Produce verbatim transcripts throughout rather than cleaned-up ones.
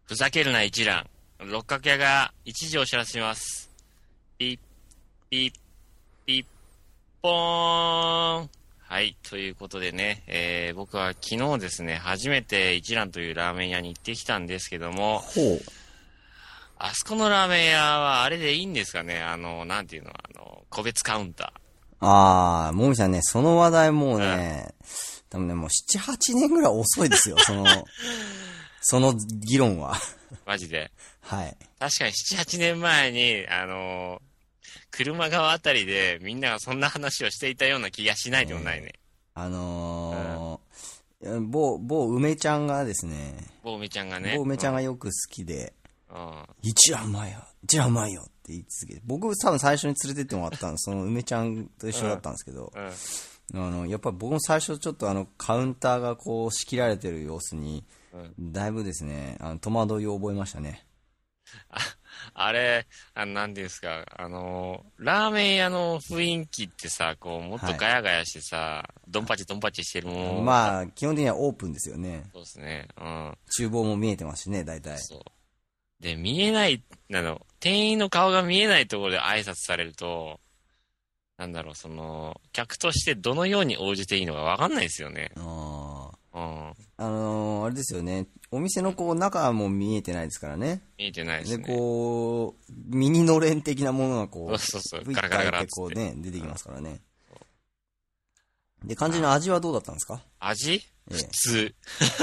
ふざけるな一覧。六角屋が一時お知らせします。ピッ、ピッ、ピッ、ポーン。はい。ということでね、えー、僕は昨日ですね、初めて一蘭というラーメン屋に行ってきたんですけども、 ほう。 あそこのラーメン屋はあれでいいんですかね？あの、なんていうの、あの、個別カウンター。あー、もみさんね、その話題もうね、うん、多分ね、もうなな、はちねんぐらい遅いですよ、その、その議論は。 マジで。 はい。 確かになな、はちねんまえに、あのー、車側あたりでみんながそんな話をしていたような気がしないでもないね。 えー、あのー、うん、某、某梅ちゃんがですね、 某梅ちゃんがね。 某梅ちゃんがよく好きで、 うん、 一蘭うまいよ、一蘭うまいよって言い続けて、僕多分最初に連れてってもらったの、その梅ちゃんと一緒だったんですけど、うんうん、あの、やっぱ僕も最初ちょっとあの、カウンターがこう仕切られてる様子に、うん、だいぶですね、あの戸惑いを覚えましたね。 あ、あれ、あの、なんていうんですか、あの、ラーメン屋の雰囲気ってさ、こう、もっとガヤガヤしてさ、はい、ドンパチドンパチしてるもの。 まあ、基本的にはオープンですよね。 そうですね。うん。 厨房も見えてますしね、大体。 そう。で、見えない、あの、店員の顔が見えないところで挨拶されると、なんだろう、その、客としてどのように応じていいのかわかんないですよね。 ああ。うん。 あのー、あれですよね。お店のこう、中も見えてないですからね。 見えてないですね。 で、こう、ミニのれん的なものがこう、 そうそうそう、ガラガラガラってこうね、出てきますからね。うん、で、肝心の味はどうだったんですか？ 味、ええ、普通。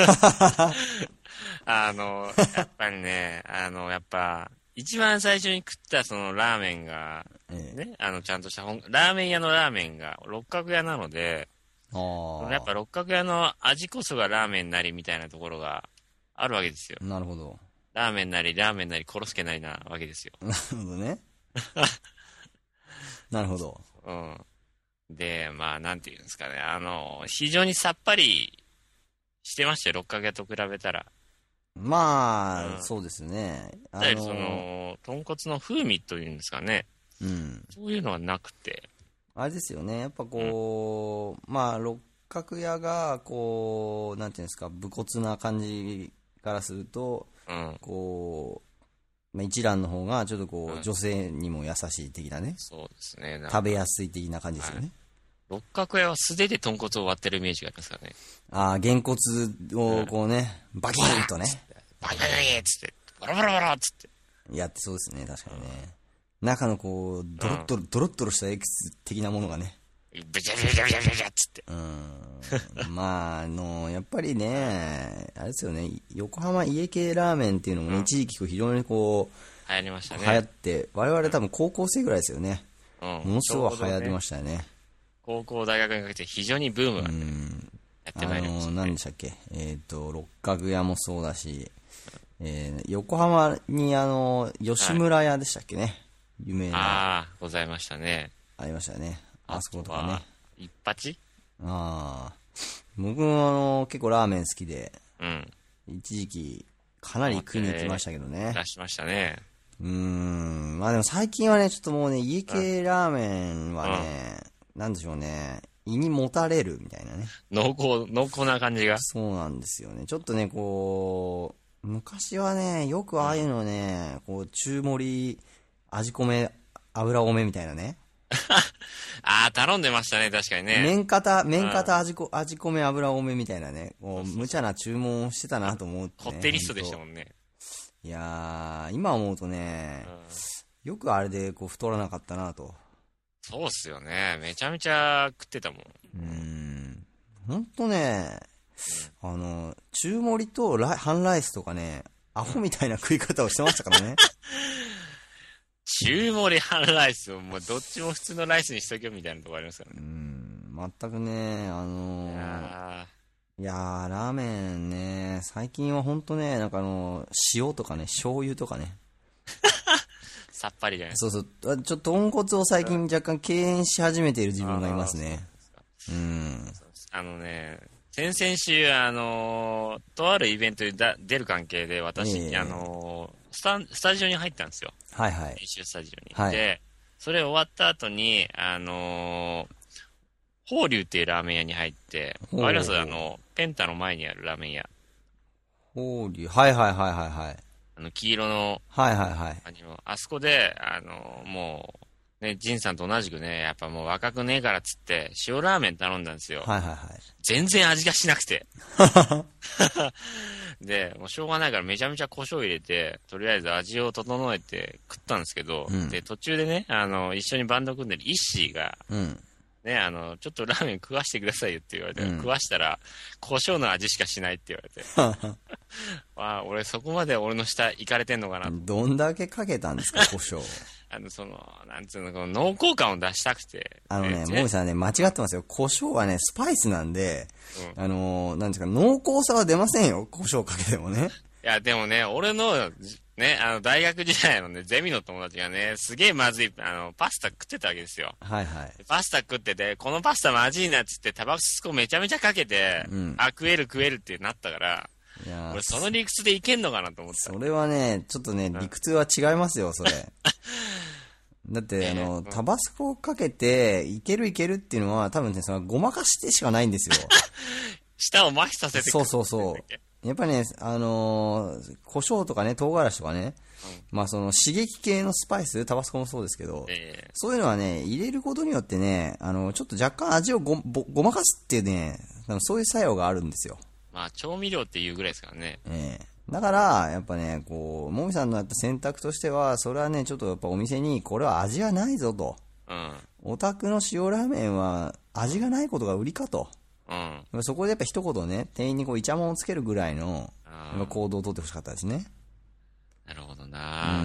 あの、やっぱりね、あの、やっぱ、一番最初に食ったそのラーメンが、ね、ええ、あの、ちゃんとした本、ラーメン屋のラーメンが六角屋なので、あ、やっぱ六角屋の味こそがラーメンなりみたいなところがあるわけですよ。 なるほど。 ラーメンなり、ラーメンなり、コロスケなりなわけですよ。 なるほどね。なるほど。 うん。で、まあ、なんていうんですかね。あの、非常にさっぱりしてましたよ、六角屋と比べたら。 まあ、うん、そうですね。 あのー、その、豚骨の風味というんですかね。 うん。 そういうのはなくて。 あれですよね。やっぱこう、うん、まあ、六角屋が、こう、なんていうんですか、武骨な感じからすると、うん、こう、まあ、一蘭の方がちょっとこう、うん、女性にも優しい的なね。 そうですね。 食べやすい的な感じですよね。はい、 六角屋は素手で豚骨を割ってるイメージがありますからね。 ああ、げんこつをこうね、うん、バキーンとね。 バキバキバキっつって、バラバラバラっつって。 やってそうですね、確かにね。うん、中のこう、ドロッドロ、うん、ドロッドロしたエキス的なものがね。 ブチャブチャブチャブチャっつって。 うん。まあ、あの、やっぱりね、あれですよね、横浜家系ラーメンっていうのもね、うん、一時期非常にこう、 流行りましたね。 流行って、我々多分高校生ぐらいですよね。うん。ものすごい流行りましたよね。 高校、大学にかけて非常にブームが、ね、うん、やってまいりました、ね。 あの、何でしたっけ、えっと、六角屋もそうだし、えー、横浜にあの、吉村屋でしたっけね。はい、有名な。 ああ、ございましたね。 ありましたね。あそことかね。 一八？ ああ。僕もあの、結構ラーメン好きで、 うん。 一時期、かなり食いに行きましたけどね。 出しましたね。 うーん。まあでも最近はね、ちょっともうね、家系ラーメンはね、うん、なんでしょうね、胃にもたれるみたいなね。 濃厚、濃厚な感じが。 そうなんですよね。ちょっとね、こう、昔はね、よくああいうのね、うん、こう、中盛り、味米、油多めみたいなね。 ああ、頼んでましたね、確かにね。 麺型、麺型味こ、味米油多めみたいなね、こう、無茶な注文をしてたなと思って、ね。 こってリストでしたもんね。 いやー、今思うとね、うん、よくあれでこう太らなかったなと。 そうっすよね。めちゃめちゃ食ってたもん。 うーん。ほんとね、うん、あの、中盛りとラ半ライスとかね、アホみたいな食い方をしてましたからね。 中盛り半ライスをもうどっちも普通のライスにしとけよみたいなとこありますからね。 うん、全くね、あのー、いやー、いやーラーメンね、最近はほんとね、なんかあのー、塩とかね、醤油とかね。 さっぱりじゃないですか。そうそう。ちょっと豚骨を最近若干敬遠し始めている自分がいますね。うん。 あのね、先々週、あのー、とあるイベントにだ出る関係で私、えー、あのー、スタ、スタジオに入ったんですよ。 はいはい。 練習スタジオに。はい、で、それ終わった後に、あのー、法隆っていうラーメン屋に入って、わかります？あの、ペンタの前にあるラーメン屋。 法隆、はいはいはいはいはい。 あの、黄色の、 はいはいはい。 あの、あそこで、あの、もう、ね、ジンさんと同じくね、やっぱもう若くねえからっつって、塩ラーメン頼んだんですよ。 はいはいはい。 全然味がしなくて。で、もうしょうがないからめちゃめちゃ胡椒入れて、とりあえず味を整えて食ったんですけど、うん、で、途中でね、あの、一緒にバンド組んでるイッシーが、うん、ね、あの、ちょっとラーメン食わしてくださいよって言われて、うん、食わしたら、胡椒の味しかしないって言われて。あ、俺そこまで俺の舌行かれてんのかな。 どんだけかけたんですか、胡椒。 あの、その、なんつうの、この濃厚感を出したくて。 あのね、もみさんね、間違ってますよ。胡椒はね、スパイスなんで、うん、あのー、なんですか、濃厚さは出ませんよ。胡椒かけてもね。 いや、でもね、俺の、ね、あの、大学時代のね、ゼミの友達がね、すげえまずい、あの、パスタ食ってたわけですよ。 はいはい。 パスタ食ってて、このパスタまずいなっつって、タバスコめちゃめちゃかけて、うん、あ、食える食えるってなったから、いや俺その理屈でいけんのかなと思った。 それはね、ちょっとね、理屈は違いますよ、それ。だって、えー、あの、タバスコをかけて、いけるいけるっていうのは、多分ね、その、ごまかしてしかないんですよ。 舌を麻痺させてくる。 そうそうそう。やっぱりね、あのー、胡椒とかね、唐辛子とかね、うん、まあその刺激系のスパイス、タバスコもそうですけど、えー、そういうのはね、入れることによってね、あの、ちょっと若干味を ご, ごまかすっていうね、そういう作用があるんですよ。 まあ調味料っていうぐらいですからね。 ええーだから、やっぱね、こう、もみさんのやった選択としては、それはね、ちょっとやっぱお店に、これは味はないぞと。うん。お宅の塩ラーメンは、味がないことが売りかと。うん。そこでやっぱ一言ね、店員にこう、イチャモンをつけるぐらいの、やっぱ行動をとってほしかったですね。 なるほどなうん。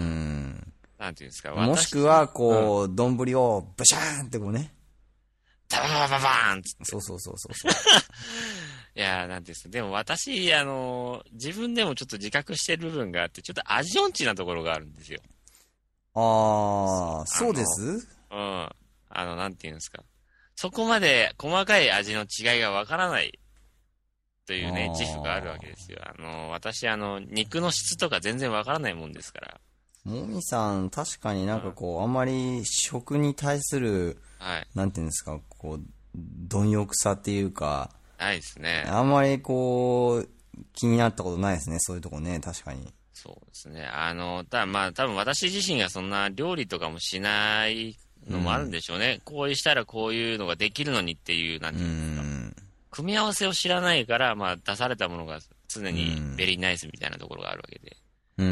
なんていうんですか、 もしくは、こう、丼、うん、を、ブシャーンってこうね。 ダババババーンって。 そうそうそうそうそう。 いやー、なんていうんですか。でも私、あのー、自分でもちょっと自覚してる部分があって、ちょっと味音痴なところがあるんですよ。 ああ、そうです？ うん。あの、なんていうんですか。そこまで細かい味の違いがわからないというね、自負があるわけですよ。あのー、私、あの、肉の質とか全然わからないもんですから。 もみさん、確かになんかこう、うん、あんまり食に対する、はい、なんていうんですか、こう、貪欲さっていうか、 ないですね。 あんまりこう、気になったことないですね、そういうとこね、確かに。 そうですね。あの、たまあ、多分私自身がそんな料理とかもしないのもあるんでしょうね。うん、こうしたらこういうのができるのにっていう、なんていうんですか。うん、組み合わせを知らないから、まあ、出されたものが常にベリーナイスみたいなところがあるわけで。うん。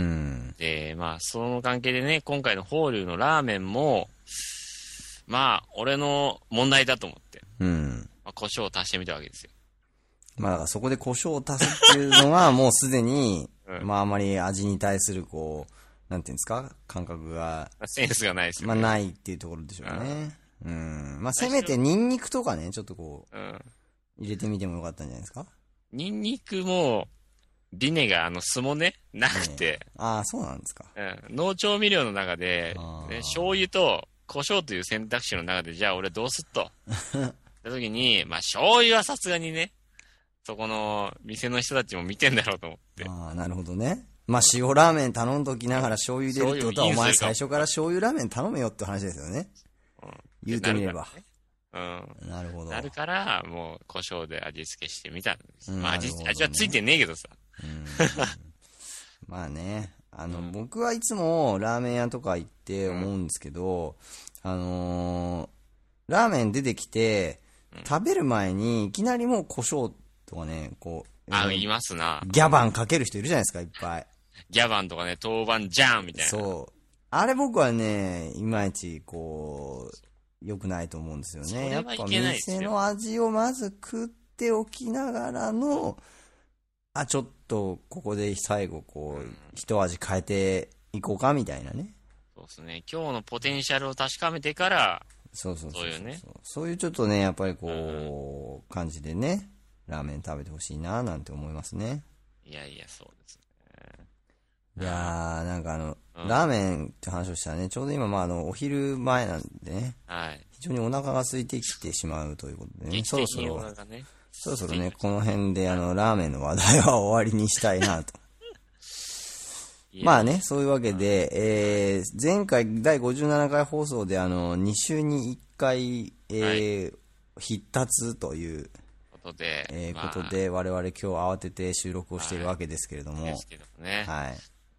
で、まあ、その関係でね、今回の法隆のラーメンも、まあ、俺の問題だと思って、うん。まあ、胡椒を足してみたわけですよ。 まあ、だからそこで胡椒を足すっていうのは、もうすでに、うん、まあ、あまり味に対する、こう、なんていうんですか、感覚が。 センスがないですよね。 まあ、ないっていうところでしょうね。うん。うん、まあ、せめてニンニクとかね、ちょっとこう、うん、入れてみてもよかったんじゃないですか。 ニンニクも、ビネガーの酢もね、なくて。 ね、ああ、そうなんですか。 うん。農調味料の中で、ね、醤油と胡椒という選択肢の中で、じゃあ俺どうすっと。った時に、まあ醤油はさすがにね、そこの店の人たちも見てんだろうと思って。 ああ、なるほどね。まあ塩ラーメン頼んどきながら醤油入れるってことは、お前最初から醤油ラーメン頼めよって話ですよね。うん。言うてみれば。 うん。 なるほど。 なるから、もう胡椒で味付けしてみたんです。まあ味、味はついてねえけどさ。うんまあね、あの、うん、僕はいつもラーメン屋とか行って思うんですけど、うん、あのー、ラーメン出てきて、うん、食べる前にいきなりもう胡椒とかね、こう、 あ、いますな。 ギャバンかける人いるじゃないですか、いっぱい。 ギャバンとかね、豆板醤みたいな。 そう。あれ僕はね、いまいちこう、良くないと思うんですよね。やっぱ店の味をまず食っておきながらの、あ、ちょっと、ここで最後、こう、うん、一味変えていこうか、みたいなね。 そうですね。今日のポテンシャルを確かめてから、 そうそうそうそう。 そういうね。 そういうちょっとね、やっぱりこう、うん、感じでね、ラーメン食べてほしいな、なんて思いますね。 いやいや、そうですね。いやー、なんかあの、うん、ラーメンって話をしたらね、ちょうど今、まあ、あの、お昼前なんでね、はい。非常にお腹が空いてきてしまうということでね、そろそろ。そろそろね、この辺であの、ラーメンの話題は終わりにしたいなと。まあね、そういうわけで、えー、前回だいごじゅうななかい放送であの、に週にいっかい、えー、はい、必達という、 ことで、 えーまあ、ことで、我々今日慌てて収録をしているわけですけれども。 ですけどね。 はい。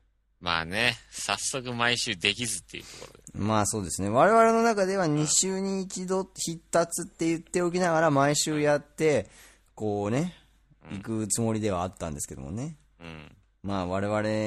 まあね、早速毎週できずっていうところで。 まあそうですね。我々の中ではに週に一度必達って言っておきながら毎週やって、こうね、行くつもりではあったんですけどもね。うん。まあ我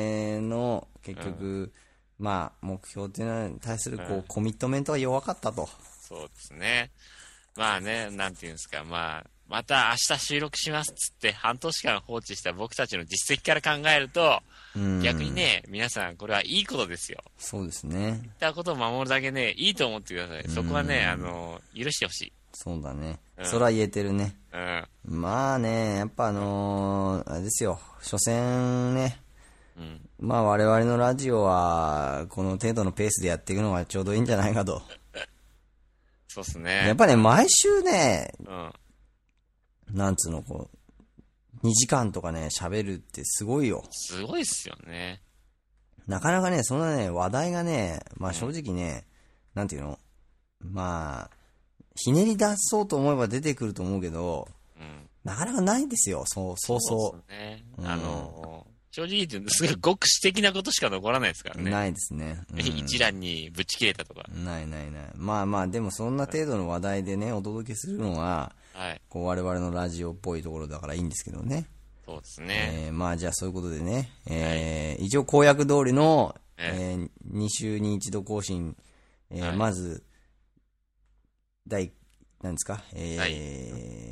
々の結局、うん、まあ目標っていうのに対するこう、うん、コミットメントが弱かったと。 そうですね。まあね、なんていうんですか、まあ、また明日収録しますっつって半年間放置した僕たちの実績から考えると、逆にね、皆さんこれはいいことですよ。 そうですね。 言ったことを守るだけね、いいと思ってください。そこはね、あの、許してほしい。 そうだね。うん、それは言えてるね。うん。まあね、やっぱあのー、あれですよ、所詮ね、うん、まあ我々のラジオは、この程度のペースでやっていくのがちょうどいいんじゃないかと。 そうっすね。 やっぱね、毎週ね、うん、なんつうの、こう、にじかんとかね、喋るってすごいよ。 すごいっすよね。 なかなかね、そんなね、話題がね、まあ正直ね、うん、なんていうの、まあ、ひねり出そうと思えば出てくると思うけど、うん、なかなかないですよ、そう、そうそう。そうですね。 うん、あの、正直言って、すごい極視的なことしか残らないですからね。 ないですね。 うん、一覧にぶち切れたとか。 ないないない。まあまあ、でもそんな程度の話題でね、お届けするのは、はい、こう我々のラジオっぽいところだからいいんですけどね。 そうですね。 えー、まあじゃあそういうことでね、えーはい、一応公約通りの、えー、に週に一度更新、えーはい、まず、第、なんですか、えーはい、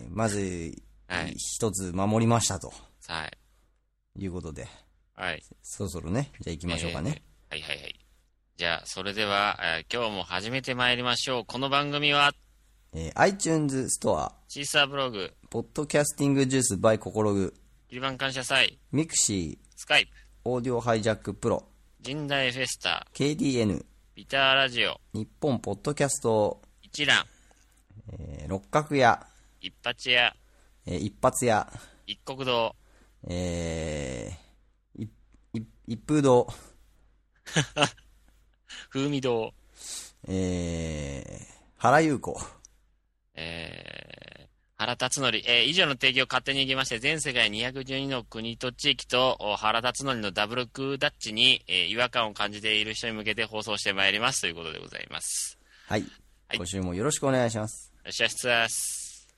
まず、一つ守りましたと。はい。いうことで。はい。そろそろね、じゃあ行きましょうかね。 えー、はいはいはい。じゃあ、それでは、えー、今日も始めてまいりましょう。この番組は、 えー、iTunes ストア、 シーサーブログ、 ポッドキャスティングジュース by ココログ、 キリバン感謝祭、 ミクシー、 スカイプ、 オーディオハイジャックプロ、 神代フェスタ、 ケーディーエヌ、 ビターラジオ、 日本ポッドキャスト、 一覧、 えー、六角屋、 一発屋、 えー、一発屋、 一国堂、 えー、い、い、一風堂、 風味堂、 えー、原優子、 えー、原辰徳、えー、以上の提供を勝手に行きまして、全世界にひゃくじゅうにの国と地域と原辰徳のダブルクーダッチに、えー、違和感を感じている人に向けて放送してまいりますということでございます。 はい。はい、今週もよろしくお願いします。 よろしくお願いします。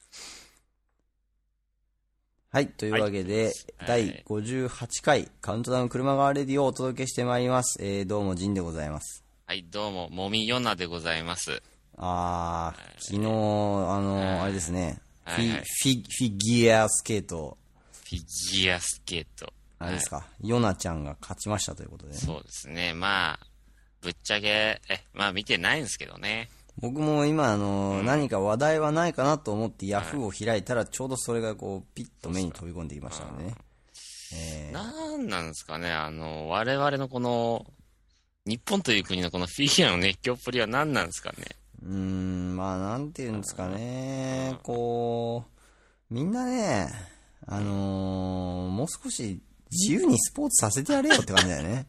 はい。というわけで、はい、だいごじゅうはちかい、カウントダウン車側レディをお届けしてまいります。えー、どうも、ジンでございます。 はい、どうも、もみよなでございます。 あー、昨日、あのー、あれですね、はいはい、フィ、フィギュアスケート。 フィギュアスケート。 あれですか、はい、ヨナちゃんが勝ちましたということでね。 そうですね。まあ、ぶっちゃけ、え、まあ見てないんですけどね。 僕も今、あのーうん、何か話題はないかなと思ってヤフーを開いたら、ちょうどそれがこう、ピッと目に飛び込んできましたのでね。 えー、なんなんですかね、あの、我々のこの、日本という国のこのフィギュアの熱狂っぷりは何なんですかね。 うーん、まあ、なんていうんですかね、こう、みんなね、あのー、もう少し自由にスポーツさせてやれよって感じだよね。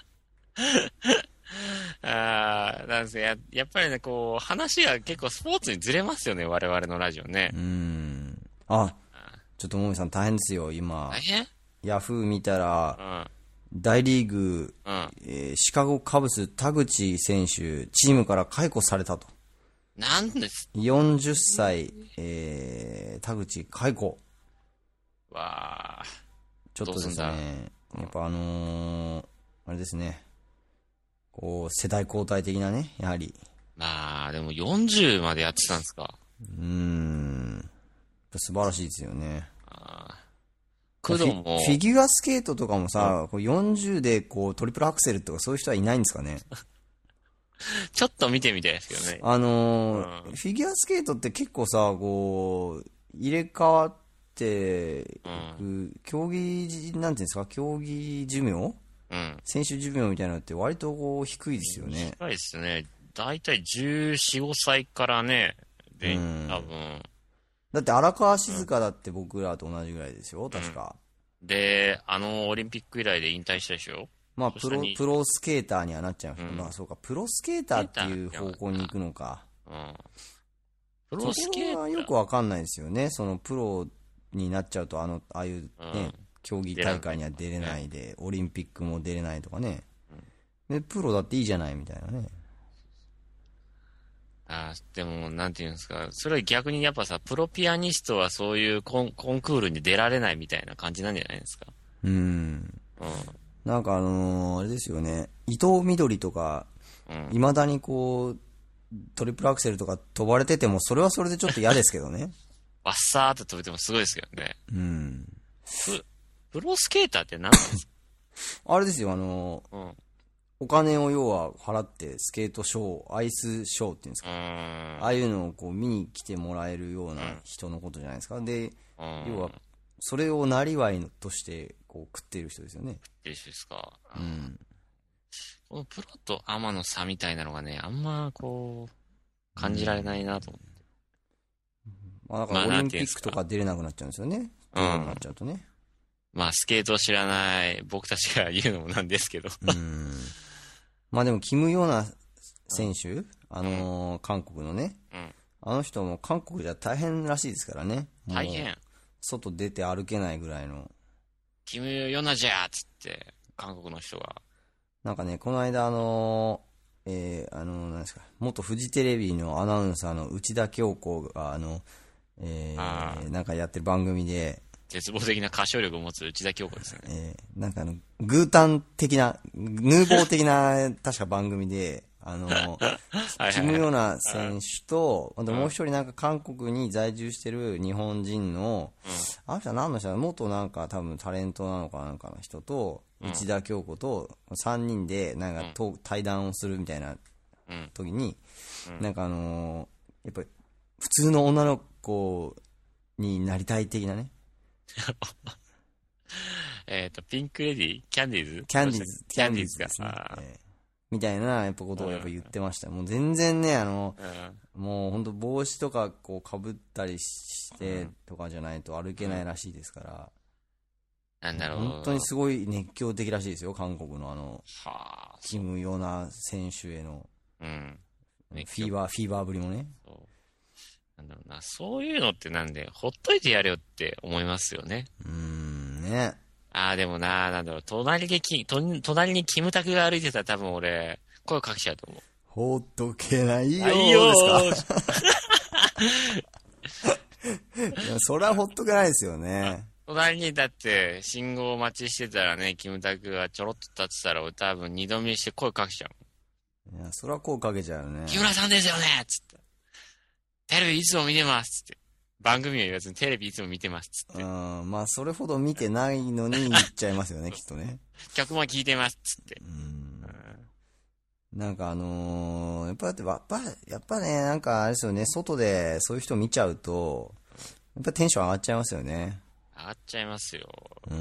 ああ、なんですや、やっぱりね、こう、話が結構スポーツにずれますよね、我々のラジオね。 うーん。あ、ちょっともみさん大変ですよ、今。 大変？ ヤフー見たら、うん、大リーグ、うんえー、シカゴカブス田口選手、チームから解雇されたと。 なんです ? よんじゅっさい、えー、田口解雇。 わあ。 ちょっとですね、やっぱあのー、あれですね。こう、世代交代的なね、やはり。 まあ、でもよんじゅうまでやってたんですか。 うーん。素晴らしいですよね。あ工藤も。 フィギュアスケートとかもさ、こうよんじゅうでこうトリプルアクセルとかそういう人はいないんですかね。 ちょっと見てみたいですけどね。 あのーうん、フィギュアスケートって結構さ、こう、入れ替わっていく、うん、競技、なんていうんですか、競技寿命うん、選手寿命みたいなのって割とこう低いですよね。 低いですね。だいたいじゅうよん、ごさいからね。で、うん、多分。 だって荒川静香だって僕らと同じぐらいですよ、確か。 うん、で、あのオリンピック以来で引退したでしょ。 まあプロ、プロスケーターにはなっちゃいますけど、うん、まあそうか、プロスケーターっていう方向に行くのか。うん。プロスケーターそこはよくわかんないですよね。そのプロになっちゃうと、あの、ああいうね、うん競技大会には出れないで、ね、オリンピックも出れないとかね。 で、プロだっていいじゃないみたいなね。 あでも、なんていうんですか、それは逆にやっぱさ、プロピアニストはそういうコン、コンクールに出られないみたいな感じなんじゃないですか。 うん。うん。なんかあのー、あれですよね、伊藤みどりとか、いま、うん、だにこう、トリプルアクセルとか飛ばれてても、それはそれでちょっと嫌ですけどね。 バッサーって飛べてもすごいですけどね。 うん。 プ、プロスケーターって何なんですか？ あれですよ、あのー、うん、お金を要は払ってスケートショー、アイスショーっていうんですか、ああいうのをこう見に来てもらえるような人のことじゃないですか。で、要はそれをなりわいとしてこう食っている人ですよね。 食ってる人ですか。 うん。 このプロとアマの差みたいなのがね、あんまこう感じられないなと思って。 うん、まあだからオリンピックとか出れなくなっちゃうんですよね。プロになっちゃうとね。 まあスケートを知らない僕たちが言うのもなんですけど。 うん。まあでも、キム・ヨナ選手、うん、あのーうん、韓国のね、うん、あの人も韓国じゃ大変らしいですからね。 大変。 外出て歩けないぐらいの。 キム・ヨナじゃーっつって、韓国の人が。 なんかね、この間あのー、えー、あのー、なんですか、元フジテレビのアナウンサーの内田恭子が、あの、えー、なんかやってる番組で、 絶望的な歌唱力を持つ内田恭子ですね。 えー、なんかあの、グータン的な、ヌーボー的な、確か番組で、あの、キム・ヨナ選手と、あともう一人なんか韓国に在住してる日本人の、うん、あの人は何の人だ、元なんか多分タレントなのかなんかの人と、内田恭子とさんにんでなんかと、うん、対談をするみたいな時に、うん、なんかあのー、やっぱり普通の女の子になりたい的なね。 えっと、ピンクレディキャンディーズキャンディーズ、キャンディーズですね。えー、みたいな、やっぱことをやっぱ言ってました。うん、もう全然ね、あの、うん、もう本当帽子とかこう被ったりしてとかじゃないと歩けないらしいですから。 なんだろう。 本当にすごい熱狂的らしいですよ、韓国のあの、はあ、キム・ヨナ選手への、うん、フィーバー、フィーバーぶりもね。 そうなんだろうな、そういうのってなんで、ほっといてやれよって思いますよね。 うーん、ね。 ああ、でもな、なんだろう、隣でき、隣にキムタクが歩いてたら多分俺、声かけちゃうと思う。 ほっとけないよーですか。いや、それはほっとけないですよね。 隣にだって信号待ちしてたらね、キムタクがちょろっと立ってたら俺多分二度見して声かけちゃう。いや、それは声かけちゃうね。 木村さんですよねつって。テレビいつも見てますつって。番組を言わずにテレビいつも見てますつって。 うん、まあそれほど見てないのに言っちゃいますよね、きっとね。 曲も聴いてますつって。 うん。なんかあのー、やっぱやっぱ、やっぱね、なんかあれですよね、外でそういう人見ちゃうと、やっぱテンション上がっちゃいますよね。 上がっちゃいますよ。うん。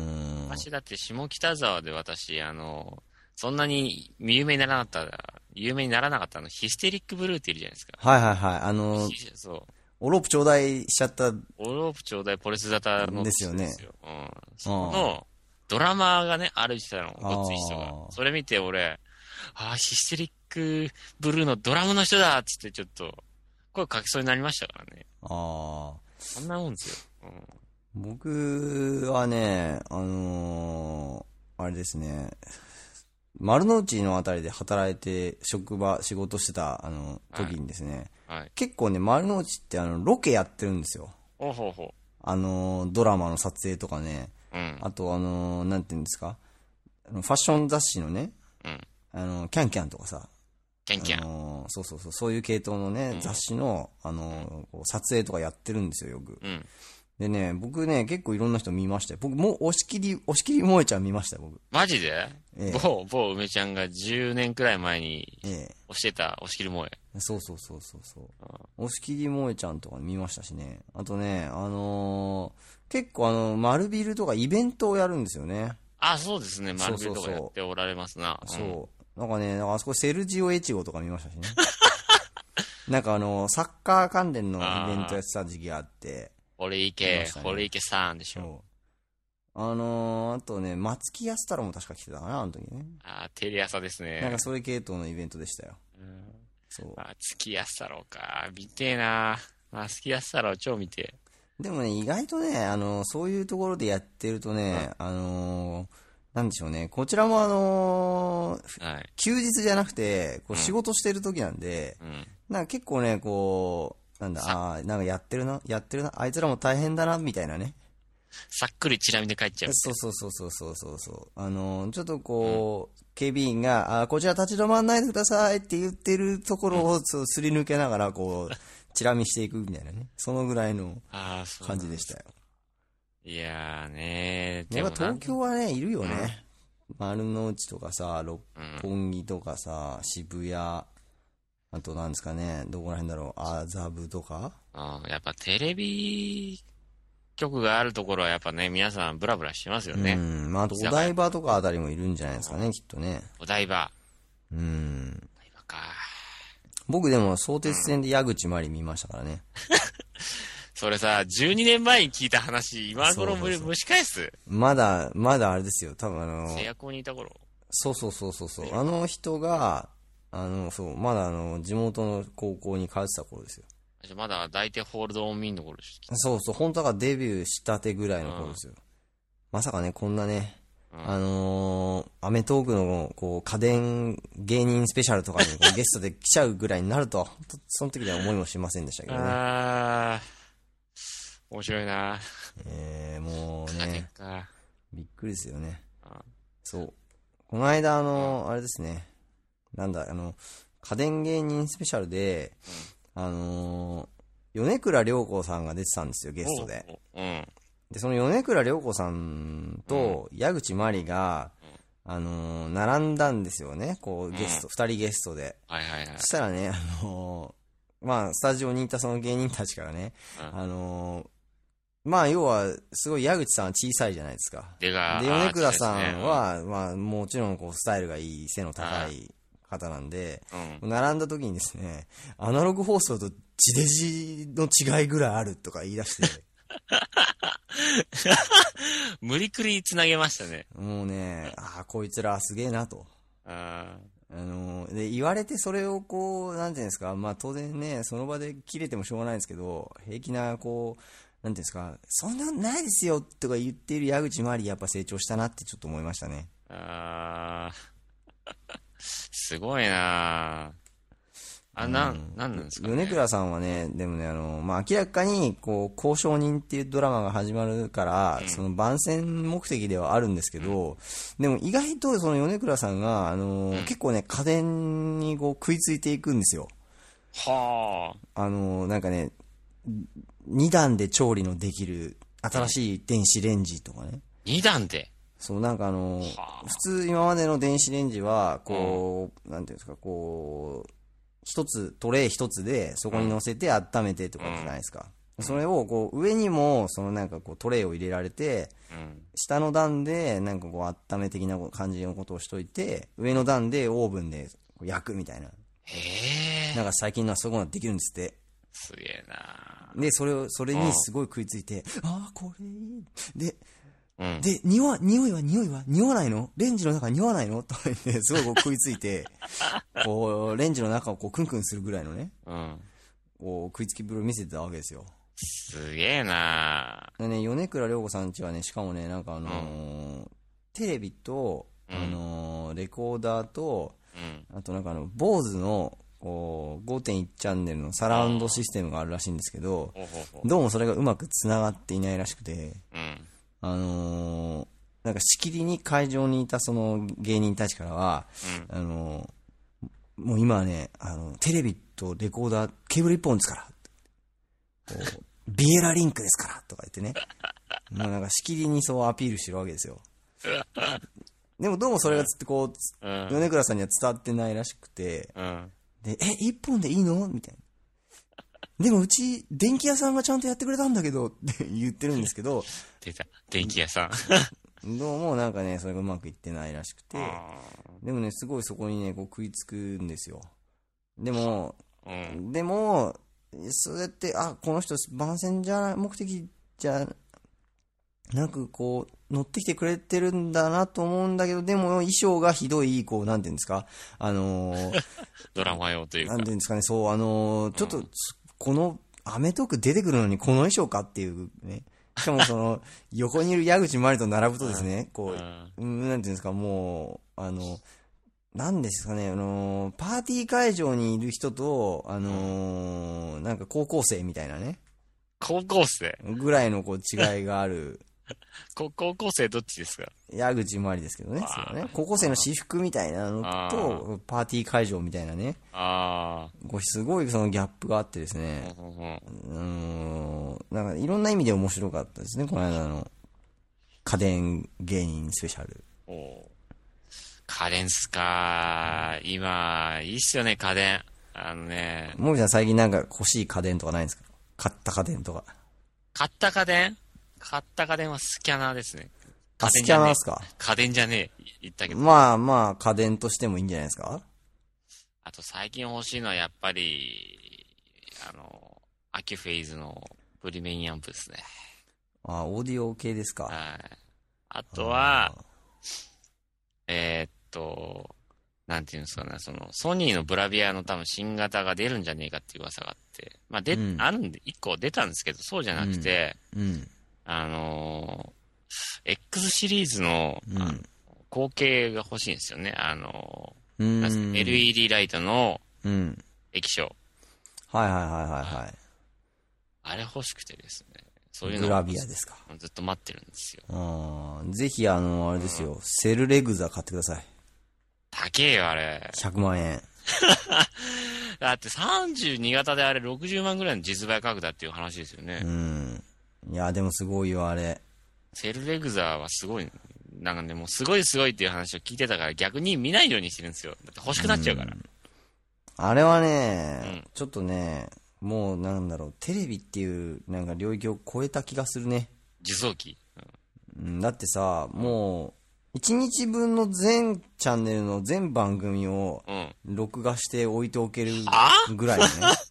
私だって下北沢で私、あの、そんなに有名にならなかった、有名にならなかったあの、ヒステリックブルーっているじゃないですか。 はいはいはい。あのー、そう。オロープ頂戴しちゃった。オロープ頂戴ポリス沙汰のですよね。 うん。その、ドラマーがね、歩いてたの、ごっつい人が。それ見て俺、ああ、ヒステリックブルーのドラムの人だっつってちょっと、声かけそうになりましたからね。ああ。そんなもんですよ。 うん、僕はね、あのー、あれですね、丸の内のあたりで働いて、職場、仕事してた、あの、時にですね、はいはい、結構ね、丸の内ってあの、ロケやってるんですよ。 ほうほうほう。 あの、ドラマの撮影とかね、うん、あとあの、なんていうんですか、ファッション雑誌のね、うん、あの、キャンキャンとかさ、 キャンキャン。 あのー、そうそうそう、そういう系統のね、うん、雑誌の、あのー、撮影とかやってるんですよ、よく。うん、でね、僕ね、結構いろんな人見ましたよ。僕もう、押し切り、押し切り萌えちゃん見ましたよ、僕。 マジで、ええ、某、某梅ちゃんがじゅうねんくらい前に、押してた、押し切り萌え。 そうそうそうそうそう。押し切り萌えちゃんとか見ましたしね。あとね、あのー、結構あの、丸ビルとかイベントをやるんですよね。 あ、そうですね、丸ビルとかやっておられますな。 そうそうそう。そうなんかね、あそこセルジオ・エチゴとか見ましたしね。なんかあの、サッカー関連のイベントやってた時期があって。 堀池、ね、堀池さんでしょ。 あのー、あとね、松木安太郎も確か来てたかな、あの時ね。 ああ、テレ朝ですね。 なんかそれ系統のイベントでしたよ。うん。 そう。松木安太郎か。見てえな。松木安太郎超見てえ。 でもね、意外とね、あのー、そういうところでやってるとね、うん、あのー、 なんでしょうね。こちらもあのーはい、 休日じゃなくて、こう仕事してる時なんで、うん、なんか結構ね、こう、なんだ、ああ、なんかやってるな、やってるな、あいつらも大変だな、みたいなね。 さっくりチラ見で帰っちゃう。 そうそうそうそうそうそうそう。あのー、ちょっとこう、うん、警備員が、あ、こちら立ち止まんないでくださいって言ってるところを、そうすり抜けながら、こう、チラ見していくみたいなね。そのぐらいの感じでしたよ。 いやーねー。 でも東京はね、いるよね。うん、丸の内とかさ、六本木とかさ、うん、渋谷、あとなんですかね、どこら辺だろう、麻布とか。 あやっぱテレビ局があるところはやっぱね、皆さんブラブラしてますよね。 うん。まあ、あとお台場とかあたりもいるんじゃないですかね、きっとね。 お台場。 うん。 お台場か。 僕でも相鉄線で矢口まり見ましたからね。 それさ、じゅうにねんまえに聞いた話、今頃む蒸し返すまだ、まだあれですよ、多分あの、 製薬にいた頃。 そうそうそうそうそう。あの人が、あの、そう、まだあの、地元の高校に通ってた頃ですよ。 まだ大体ホールドオンミンの頃です。 そうそう、本当はデビューしたてぐらいの頃ですよ。うん、まさかね、こんなね、うん、あのー、アメトークの、こう、家電芸人スペシャルとかにゲストで来ちゃうぐらいになるとは、本当その時には思いもしませんでしたけどね。 あー。面白いな。 えー、もうね、びっくりですよね。そう。この間、あの、あれですね、なんだ、あの、家電芸人スペシャルで、うん、あのー、米倉涼子さんが出てたんですよ、ゲストで。うん、で、その米倉涼子さんと矢口まりが、うん、あのー、並んだんですよね、こう、ゲスト、二、うん、人ゲストで。 はいはいはい。 そしたらね、あのー、まあ、スタジオにいたその芸人たちからね、うん、あのー、まあ、要は、すごい矢口さんは小さいじゃないですか。 で、 米倉さんは、まあ、もちろん、こう、スタイルがいい、背の高い方なんで、うん、並んだ時にですね、アナログ放送と地デジの違いぐらいあるとか言い出して。 無理くり繋げましたね。 もうね、ああ、こいつらすげえなと。ああのー、で、言われてそれをこう、なんていうんですか、まあ当然ね、その場で切れてもしょうがないんですけど、平気な、こう、なんていうんですか、そんなのないですよとか言っている矢口まりやっぱ成長したなってちょっと思いましたね。 あー。すごいなあ、なん、なんなんですかね。 米倉さんはね、でもね、あの、まあ、明らかに、こう、交渉人っていうドラマが始まるから、うん、その番宣目的ではあるんですけど、うん、でも意外とその米倉さんが、あの、うん、結構ね、家電にこう食いついていくんですよ。 はあ。あの、なんかね、二段で調理のできる新しい電子レンジとかね。 二段でそう、なんかあの、普通今までの電子レンジは、こう、うん、なんていうんですか、こう、一つ、トレイ一つで、そこに乗せて温めてとかじゃないですか。うん、それを、こう、上にも、そのなんかこう、トレイを入れられて、うん、下の段で、なんかこう、温め的な感じのことをしといて、上の段でオーブンで焼くみたいな。 へー。 なんか最近のはそういうのができるんですって。 すげえなで、それを、それにすごい食いついて、ああ、これいい。で、 うん、 で、匂い、匂いは匂いは匂わないの？レンジの中匂わないのとか言って、すごいこう食いついて、こう、レンジの中をこうクンクンするぐらいのね、 うん、 こう食いつきぶりを見せてたわけですよ。 すげえなでね、米倉涼子さんちはね、しかもね、なんかあのーうん、テレビと、あのー、レコーダーと、うん、あとなんかあの、坊主の、こう ごてんいち チャンネルのサラウンドシステムがあるらしいんですけど、どうもそれがうまく繋がっていないらしくて、 うん、 あのー、なんかしきりに会場にいたその芸人たちからは、うん、あのー、もう今はね、あの、テレビとレコーダー、ケーブル一本ですから、こうビエラリンクですからとか言ってね、もうなんかしきりにそうアピールしてるわけですよ。でもどうもそれがつってこう、うん、米倉さんには伝わってないらしくて、 うんで、え、一本でいいのみたいな。でもうち、電気屋さんがちゃんとやってくれたんだけど、って言ってるんですけど。 出た、電気屋さん。どうもなんかね、それがうまくいってないらしくて。でもね、すごいそこにね、こう食いつくんですよ。でも、うん、でも、そうやって、あ、この人番宣じゃ、目的じゃなく、こう、乗ってきてくれてるんだなと思うんだけど、でも衣装がひどい、こう、なんていうんですか、あのー、 ドラマ用というか。 なんていうんですかね、そう、あのー、ちょっと、うん、この、アメトーク出てくるのにこの衣装かっていうね。 しかもその、横にいる矢口まりと並ぶとですね、こう、うん、なんていうんですか、もう、あの、なんですかね、あのー、パーティー会場にいる人と、あのー、なんか高校生みたいなね。 高校生ぐらいのこう違いがある。 高校生どっちですか？ 矢口まりですけどね。そうね。高校生の私服みたいなのと、パーティー会場みたいなね。ああ。すごいそのギャップがあってですね。うん。なんかいろんな意味で面白かったですね、この間の家電芸人スペシャル。お家電っすか。今、いいっすよね、家電。あのね。 もみさん最近なんか欲しい家電とかないんですか？買った家電とか。 買った家電買った家電はスキャナーですね。 あ、スキャナーですか？ 家電じゃねえ。言ったけど。 まあまあ、家電としてもいいんじゃないですか？ あと最近欲しいのはやっぱり、あの、アキュフェイズのプリメインアンプですね。 あ、オーディオ系ですか？はい。 あとは、えー、っと、なんていうんですかね、その、ソニーのブラビアの多分新型が出るんじゃねえかっていう噂があって、まあ、で、うん、あるんで、一個出たんですけど、そうじゃなくて、うんうん、あのー、X シリーズの、うん、あの後継が欲しいんですよね。あのー、なん エルイーディー ライトの液晶、 うん。はいはいはいはいはい。 あれ欲しくてですね。そういうのブラビアですか。 ずっと待ってるんですよ。 あぜひ、あの、あれですよ、うん、セルレグザ買ってください。 高えよ、あれ。 ひゃくまんえん。 だってさんじゅうに型であれろくじゅうまんぐらいの実売価格だっていう話ですよね。 うん。いや、でもすごいよ、あれ。 セルレグザはすごい、なんかね、もうすごいすごいっていう話を聞いてたから逆に見ないようにしてるんですよ。だって欲しくなっちゃうから。 あれはね、うん、ちょっとね、もうなんだろう、テレビっていうなんか領域を超えた気がするね。 受像機、 うん、だってさ、もう、いちにちぶんの全チャンネルの全番組を録画して置いておけるぐらいね。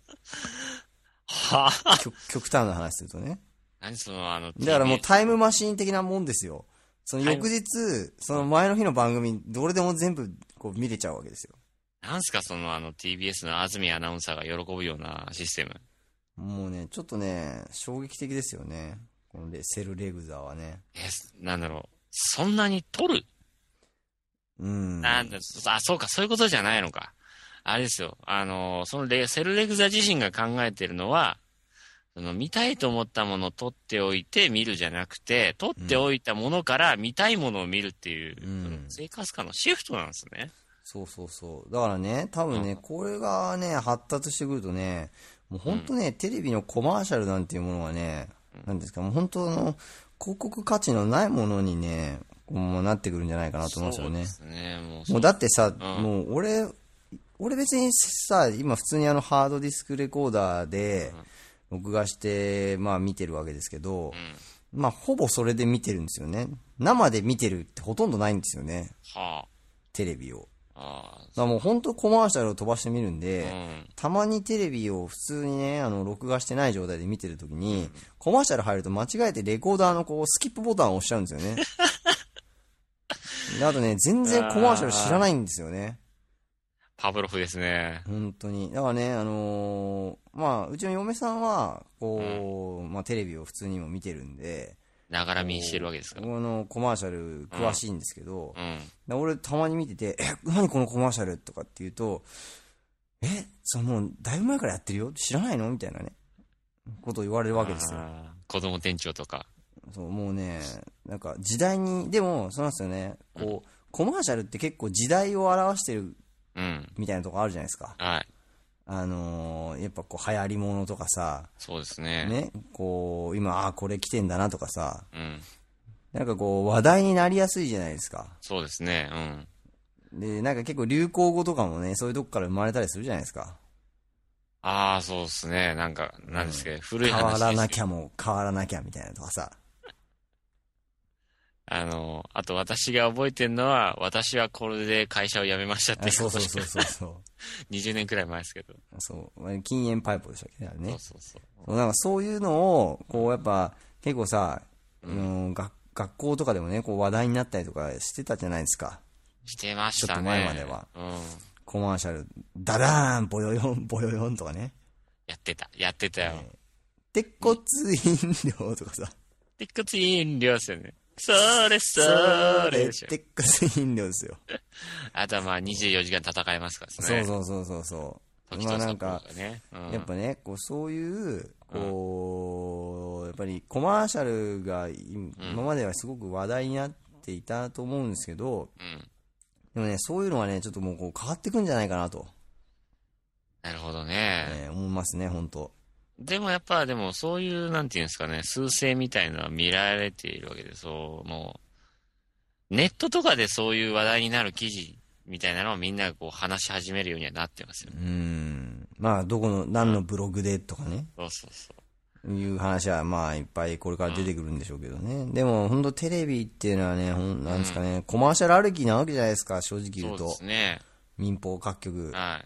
はぁ極、極端な話するとね。 何そのあの、 だからもうタイムマシーン的なもんですよ。その翌日、その前の日の番組、どれでも全部こう見れちゃうわけですよ。 なんすかそのあの ティービーエス の安住アナウンサーが喜ぶようなシステム。 もうね、ちょっとね、衝撃的ですよね。このセルレグザはね。 え、なんだろう。そんなに撮る？うん。なんだ、あ、そうか、そういうことじゃないのか。あれですよ。あの、そのレセルレグザ自身が考えてるのは、その見たいと思ったものを撮っておいて見るじゃなくて、撮っておいたものから見たいものを見るっていう、うん、生活感のシフトなんですね。 そうそうそう。だからね、多分ね、うん、これがね、発達してくるとね、もう本当ね、うん、テレビのコマーシャルなんていうものはね、うん、なんですか、もう本当の広告価値のないものにね、もうなってくるんじゃないかなと思うんですよね。そうですね。もう、もうだってさ、うん、もう俺、俺別にさ、今普通にあのハードディスクレコーダーで録画して、まあ見てるわけですけど、うん、まあほぼそれで見てるんですよね。生で見てるってほとんどないんですよね。はあ、テレビを。ああ、だからもう本当コマーシャルを飛ばしてみるんで、うん、たまにテレビを普通にね、あの、録画してない状態で見てるときに、うん、コマーシャル入ると間違えてレコーダーのこう、スキップボタンを押しちゃうんですよね。あとね、全然コマーシャル知らないんですよね。 パブロフですね。 本当に。だからね、あのー、まあ、うちの嫁さんは、こう、うん、まあ、テレビを普通にも見てるんで、 ながら見してるわけですか。 このコマーシャル詳しいんですけど、うんうん、俺たまに見てて、え、何このコマーシャルとかって言うと、え、そのもうだいぶ前からやってるよ知らないのみたいなね、ことを言われるわけですよ。 子供店長とか。 そう、もうね、なんか時代に、でも、そうなんですよね、こう、うん、コマーシャルって結構時代を表してる、みたいなとこあるじゃないですか。はい。あのー、やっぱこう流行り物とかさ、 そうですね。 ね、こう、今、あ、これ来てんだなとかさ、うん。なんかこう、話題になりやすいじゃないですか。 そうですね、 うん。で、なんか結構流行語とかもね、そういうとこから生まれたりするじゃないですか。 ああ、そうですね。なんか、なんですけど、うん、古い話です。 変わらなきゃも変わらなきゃみたいなとかさ。 あの、あと私が覚えてるのは、私はこれで会社を辞めましたっていう。 そうそうそうそうそう。 にじゅうねんくらい前ですけど。 そう。禁煙パイプでしたっけね、あれね。 そうそうそう。 そうなんかそういうのを、こうやっぱ、結構さ、うん、学学校とかでもね、こう話題になったりとかしてたじゃないですか。 してましたね。 ちょっと前までは。うん。コマーシャル、ダダーン、ボヨヨン、ボヨヨンとかね。 やってた、やってたよ。えー、 鉄骨飲料とかさ。 鉄骨飲料ですよね。それそれでしょ。 鉄骨飲料ですよ。 あとはまあにじゅうよじかん戦えますからね。そうそうそうそうそう。まあなんか、 ねうん、 やっぱね、こうそういう、こう、うん、やっぱりコマーシャルが今まではすごく話題になっていたと思うんですけど、うん、でもね、そういうのはね、ちょっともうこう変わってくんじゃないかなと。 なるほどね。 えー、思いますね、本当。 でもやっぱ、でもそういう、なんていうんですかね、趨勢みたいなのは見られているわけで、そう、もう、ネットとかでそういう話題になる記事みたいなのをみんながこう話し始めるようにはなってますよね。 うん。まあ、どこの、何のブログでとかね。 そうそうそう。 いう話はまあいっぱいこれから出てくるんでしょうけどね。うん、でも本当テレビっていうのはね、ほんなんですかね、うん、コマーシャル歩きなわけじゃないですか、正直言うと。 そうですね。 民放各局。 はい。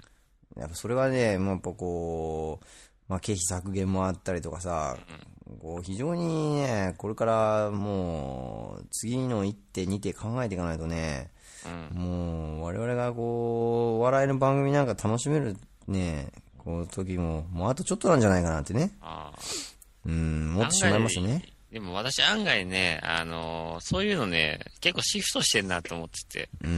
やっぱそれはね、もうやっぱこう、まあ経費削減もあったりとかさ、うん、こう非常にね、これからもう次の一手二手考えていかないとね、うん、もう我々がこう、笑いの番組なんか楽しめるね、この時も、もうあとちょっとなんじゃないかなってね。あうん、思ってしまいますね。 でも私案外ね、あのー、そういうのね、結構シフトしてんなと思ってて。うん。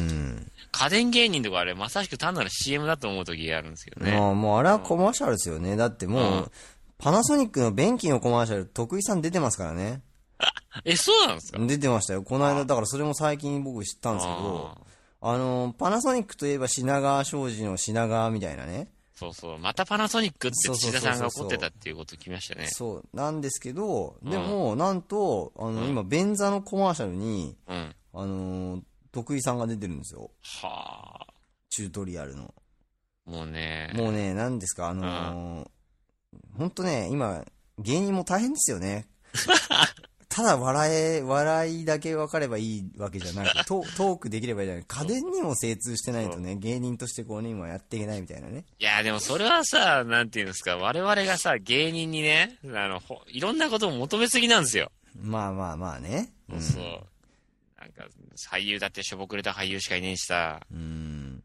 家電芸人とかあれ、まさしく単なる シーエム だと思う時があるんですけどね。 まあ、もうあれはコマーシャルですよね。うん、だってもう、うん、パナソニックの便器のコマーシャル、徳井さん出てますからね。 え、そうなんですか？ 出てましたよ。この間、だからそれも最近僕知ったんですけど、あ, あのー、パナソニックといえば品川庄司の品川みたいなね。 そうそう。またパナソニックって土田さんが怒ってたっていうことを聞きましたね。 そう。なんですけど、でも、うん、なんと、あの、うん、今、便座のコマーシャルに、うん、あのー、徳井さんが出てるんですよ。はあ。チュートリアルの。 もうね。 もうね、なんですか、あのー、ほんとね、今、芸人も大変ですよね。ただ笑え、笑いだけ分かればいいわけじゃない。ト, トークできればいいじゃない。家電にも精通してないとね、芸人としてこうね、今やっていけないみたいなね。 いや、でもそれはさ、なんていうんですか、我々がさ、芸人にね、あの、いろんなことを求めすぎなんですよ。 まあまあまあね。 そうそう。うん、なんか、俳優だってしょぼくれた俳優しかいねえしさ。 うん。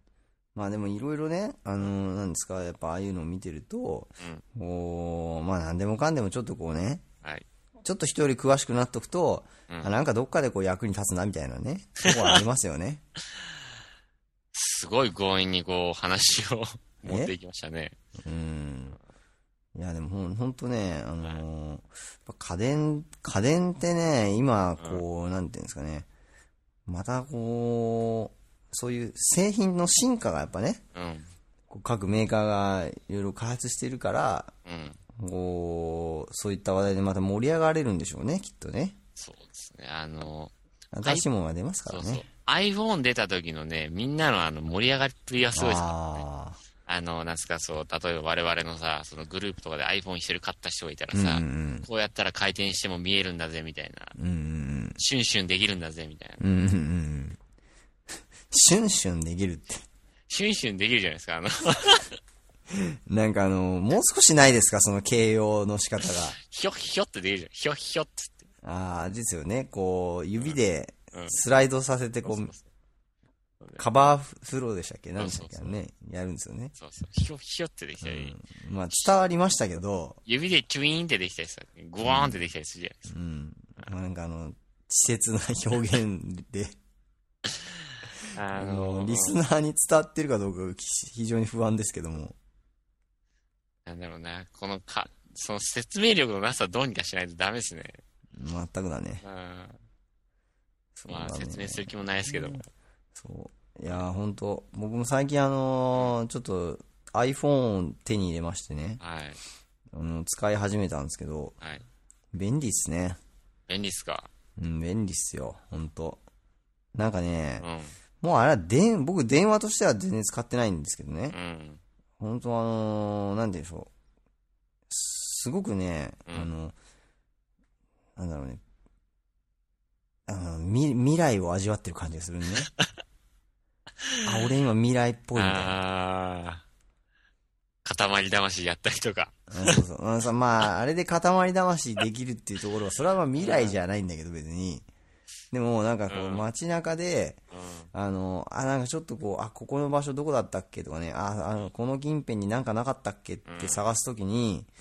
まあでもいろいろね、あのー、なんですか、やっぱああいうのを見てると、うん、こう、まあなんでもかんでもちょっとこうね、はい。ちょっと人より詳しくなっとくと、うん、あなんかどっかでこう役に立つなみたいなね、とこはありますよね。 すごい強引にこう話を持っていきましたね。 うん。いやでもほん、ほんとね、あのー、家電、家電ってね、今こう、うん、なんていうんですかね、またこう、そういう製品の進化がやっぱね、うん、こう各メーカーがいろいろ開発しているから、うんこうそういった話題でまた盛り上がれるんでしょうね、きっとね。 そうですね。あの、 新しいものが出ますからね。そうそう。 iPhone 出た時のね、みんなのあの盛り上がりはすごいですからね。あの、なんすか、そう、例えば我々のさ、そのグループとかで iPhone 一緒に買った人がいたらさ、うんうん、こうやったら回転しても見えるんだぜ、みたいな。うんうん、シュンシュンできるんだぜ、みたいな。うんうんうん、 シュンシュンできるって。 シュンシュンできるじゃないですか、あの。 なんかあの、もう少しないですか、その形容の仕方が。 ひょっひょってできるじゃん。ひょっひょって。 ああ、ですよね。こう、指でスライドさせて、こう、カバーフローでしたっけ何でしたっけね。やるんですよね。 そうそう。ひょっひょってできたり。 うん、まあ、伝わりましたけど。 指でキュイーンってできたりさ、ゴワーンってできたりするじゃないですか。 うん。うん、まあ、なんかあの、稚拙な表現で。あのー、リスナーに伝わってるかどうか非常に不安ですけども。 なんだろうな、このか、その説明力のなさどうにかしないとダメですね。 全くだね。 うん。まあ、説明する気もないですけども。 そう。いやー、ほんと、僕も最近あのー、ちょっと iPhone を手に入れましてね。はい。あの、使い始めたんですけど、はい。便利っすね。 便利っすか？ うん、便利っすよ、ほんと。なんかね、うん、もうあれは電、僕電話としては全然使ってないんですけどね。うん。本当あのー、なんて言うんでしょう。すごくね、うん、あの、なんだろうね。あの、み、未来を味わってる感じがするね。あ、俺今未来っぽいみたいな。ああ。 塊魂やったりとか。 そうそう。あのさ、まあ、あれで塊魂できるっていうところは、それはまあ未来じゃないんだけど別に。でもなんかこう街中で、うん、あの、あ、なんかちょっとこう、あ、ここの場所どこだったっけとかね、あ、あの、この近辺になんかなかったっけって探すときに、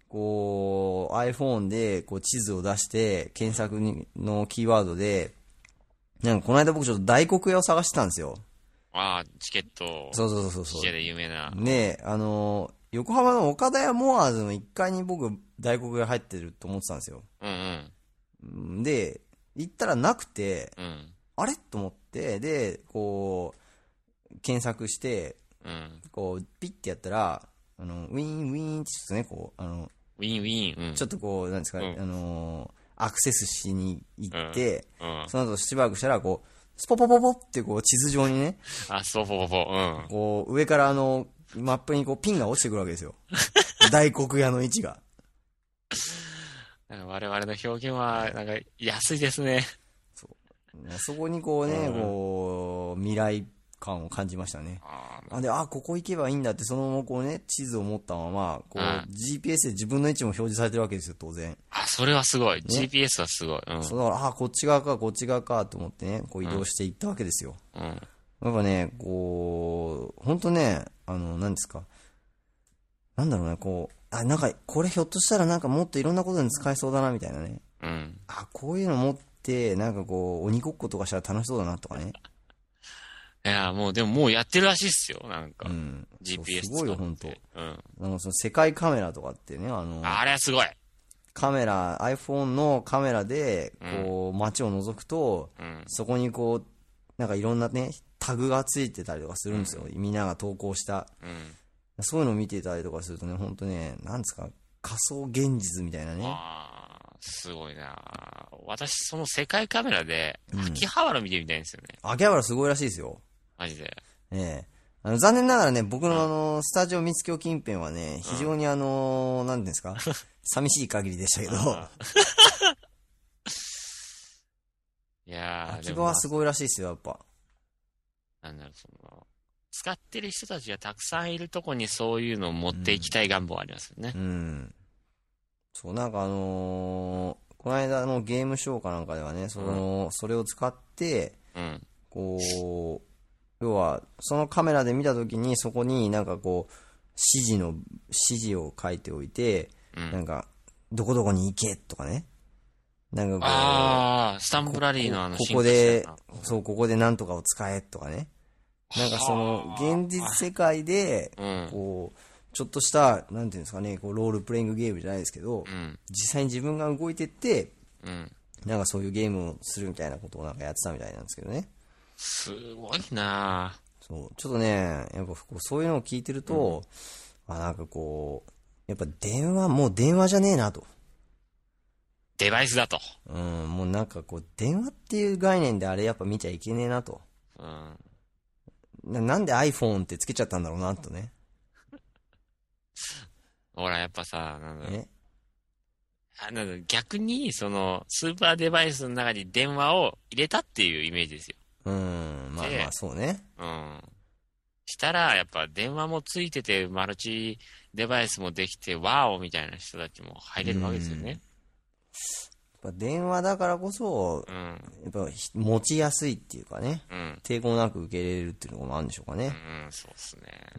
こう、iPhone でこう地図を出して、検索にのキーワードで、なんかこの間僕ちょっと大黒屋を探してたんですよ。 ああ、チケット。 そうそうそうそう。 チケで有名な。 ねえ、あのー、横浜の岡田屋モアーズのいっかいに僕、大黒屋入ってると思ってたんですよ。 うんうん。で、行ったらなくて、 うん。 あれと思って、で、こう、検索して、 うん。 こう、ピッてやったら、あの、ウィーン、ウィーンってちょっとね、こう、あの、 ウィンウィン。うん、 ちょっとこう、なんですか、 うん、 あのー、アクセスしに行って、 うんうん、 その後しばらくしたら、こう、スポポポポってこう地図上にね、 あ、スポポポポ、うん。 こう、上からあの、マップにこうピンが落ちてくるわけですよ。大黒屋の位置が。 なんか我々の表現は、なんか安いですね。 そう。そこにこうね、うん、こう、未来感を感じましたね。あで、あ、ここ行けばいいんだって、そのままこうね、地図を持ったまま、こう、うん、ジーピーエス で自分の位置も表示されてるわけですよ、当然。 あ、それはすごい。ね、ジーピーエス はすごい。うん。 そうだから、あ、こっち側か、こっち側か、と思ってね、こう移動していったわけですよ。うん。やっぱね、こう、ほんとね、あの、何ですか。なんだろうね、こう、あ、なんか、これひょっとしたらなんかもっといろんなことに使えそうだな、みたいなね。うん。あ、こういうの持って、なんかこう、鬼ごっことかしたら楽しそうだな、とかね。 いや、もう、でももうやってるらしいっすよ、なんか。うん。ジーピーエスすごいよ、ほんと。 うん。 なんかその世界カメラとかってね、あの、 あれはすごい。 カメラ、iPhone のカメラで、こう、街を覗くと、うん、そこにこう、なんかいろんなね、タグがついてたりとかするんですよ。うん、みんなが投稿した。うん、そういうのを見てたりとかするとね、ほんとね、なんですか、仮想現実みたいなね。 ああ、すごいな。私、その世界カメラで、秋葉原見てみたいんですよね。 うん、秋葉原すごいらしいですよ。 マジで。 ええ。あの残念ながらね、僕のあの、スタジオ三つ京近辺はね、非常にあの、なんですか、寂しい限りでしたけど。 いやー、 秋葉はすごいらしいですよ、やっぱ。 なんだろう、その、使ってる人たちがたくさんいるとこにそういうのを持っていきたい願望ありますよね。うん。うん、 そう、なんかあのー、この間のゲームショーかなんかではね、その、うん、それを使って、うん、こう、要は、そのカメラで見たときに、そこになんかこう、指示の、指示を書いておいて、うん、なんか、どこどこに行けとかね。なんかこう、 ああ、スタンプラリーのあの、 ここで、そう、ここでなんとかを使えとかね。なんかその、現実世界で、こう、ちょっとした、なんていうんですかね、こう、ロールプレイングゲームじゃないですけど、うん、実際に自分が動いてって、うん、なんかそういうゲームをするみたいなことをなんかやってたみたいなんですけどね。 すごいなぁ。 そう、ちょっとね、やっぱそういうのを聞いてると、うん、あ、なんかこう、やっぱ電話、もう電話じゃねえなと。 デバイスだと。 うん、もうなんかこう、電話っていう概念であれやっぱ見ちゃいけねえなと。うん。な, なんで iPhone ってつけちゃったんだろうなとね。 ほら、やっぱさ、なんだろう。あなんだ逆に、その、スーパーデバイスの中に電話を入れたっていうイメージですよ。 うん、まあまあそうね。うん。 したら、やっぱ電話もついてて、マルチデバイスもできて、ワーオみたいな人たちも入れるわけですよね。 やっぱ電話だからこそ、うん、やっぱ持ちやすいっていうかね、うん、抵抗なく受け入れるっていうのもあるんでしょうかね。 うん、そうっすね。 うん。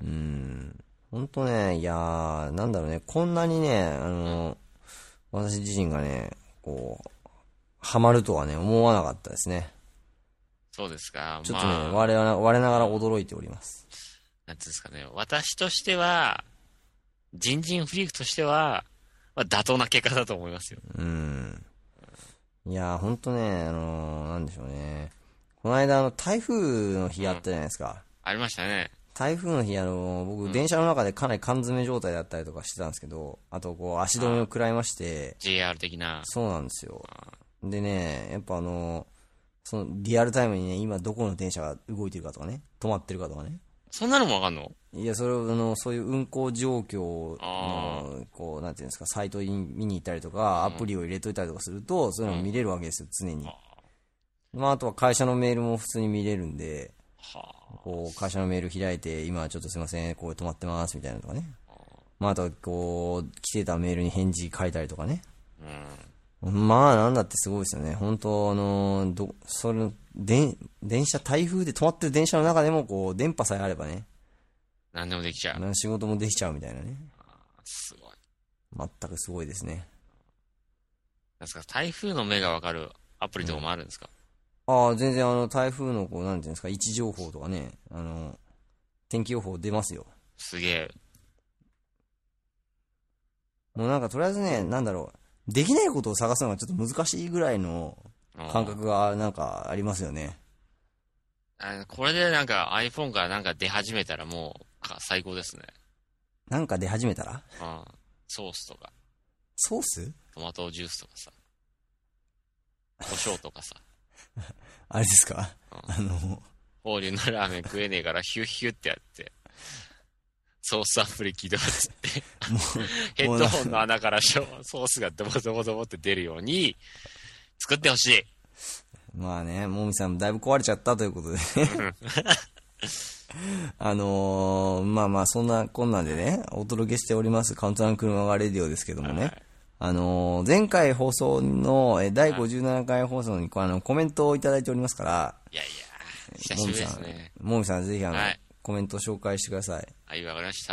ほんとね、いやー、なんだろうね、こんなにね、あの、うん、私自身がね、こう、ハマるとはね、思わなかったですね。 そうですか。 ちょっとね、まあ、我々、我ながら驚いております。 なんていうんですかね、私としては、人人フリークとしては、まあ、妥当な結果だと思いますよ。 うん。いやー、ほんとね、あのー、なんでしょうね。この間、あの、台風の日あったじゃないですか。うん、 ありましたね。 台風の日、あのー、僕、うん、電車の中でかなり缶詰状態だったりとかしてたんですけど、あと、こう、足止めを食らいまして。 ジェイアール 的な。 そうなんですよ。でね、やっぱあのー、その、リアルタイムにね、今どこの電車が動いてるかとかね、止まってるかとかね。 そんなのもわかんの？ いや、それを、あの、そういう運行状況の、こう、なんていうんですか、サイトに見に行ったりとか、アプリを入れといたりとかすると、そういうのを見れるわけですよ、常に。まあ、あとは会社のメールも普通に見れるんで、こう、会社のメール開いて、今ちょっとすいません、こう止まってます、みたいなとかね。まあ、あとは、こう、来てたメールに返事書いたりとかね。まあ、なんだってすごいですよね。本当あの、ど、それ、電、電車、台風で止まってる電車の中でも、こう、電波さえあればね。 何でもできちゃう。 仕事もできちゃうみたいなね。 すごい。 全くすごいですね。 なんですか、台風の目がわかるアプリとかもあるんですか？ うん、ああ、全然あの、台風のこう、なんていうんですか、位置情報とかね、あの、天気予報出ますよ。 すげえ。 もうなんかとりあえずね、なんだろう、できないことを探すのがちょっと難しいぐらいの感覚がなんかありますよね。 あこれでなんか iPhone からなんか出始めたらもう最高ですね。 なんか出始めたら？ うん。ソースとか。 ソース？ トマトジュースとかさ。胡椒とかさ。 あれですか、うん、あの、 法隆のラーメン食えねえからヒュッヒュッってやって、ソースアプリ起動つって、ヘッドホンの穴からソースがドボドボドボって出るように作ってほしい。 まあね、もみさんだいぶ壊れちゃったということでね。あのー、まあまあそんなこんなんでね、お届けしておりますカウントダウン車がレディオですけどもね、はい、あのー、前回放送のだいごじゅうななかい放送にあのコメントをいただいておりますから、 いやいや、久しぶりですね。 もみさん、ぜひあの、はい、コメントを紹介してください。 はい、わかりました。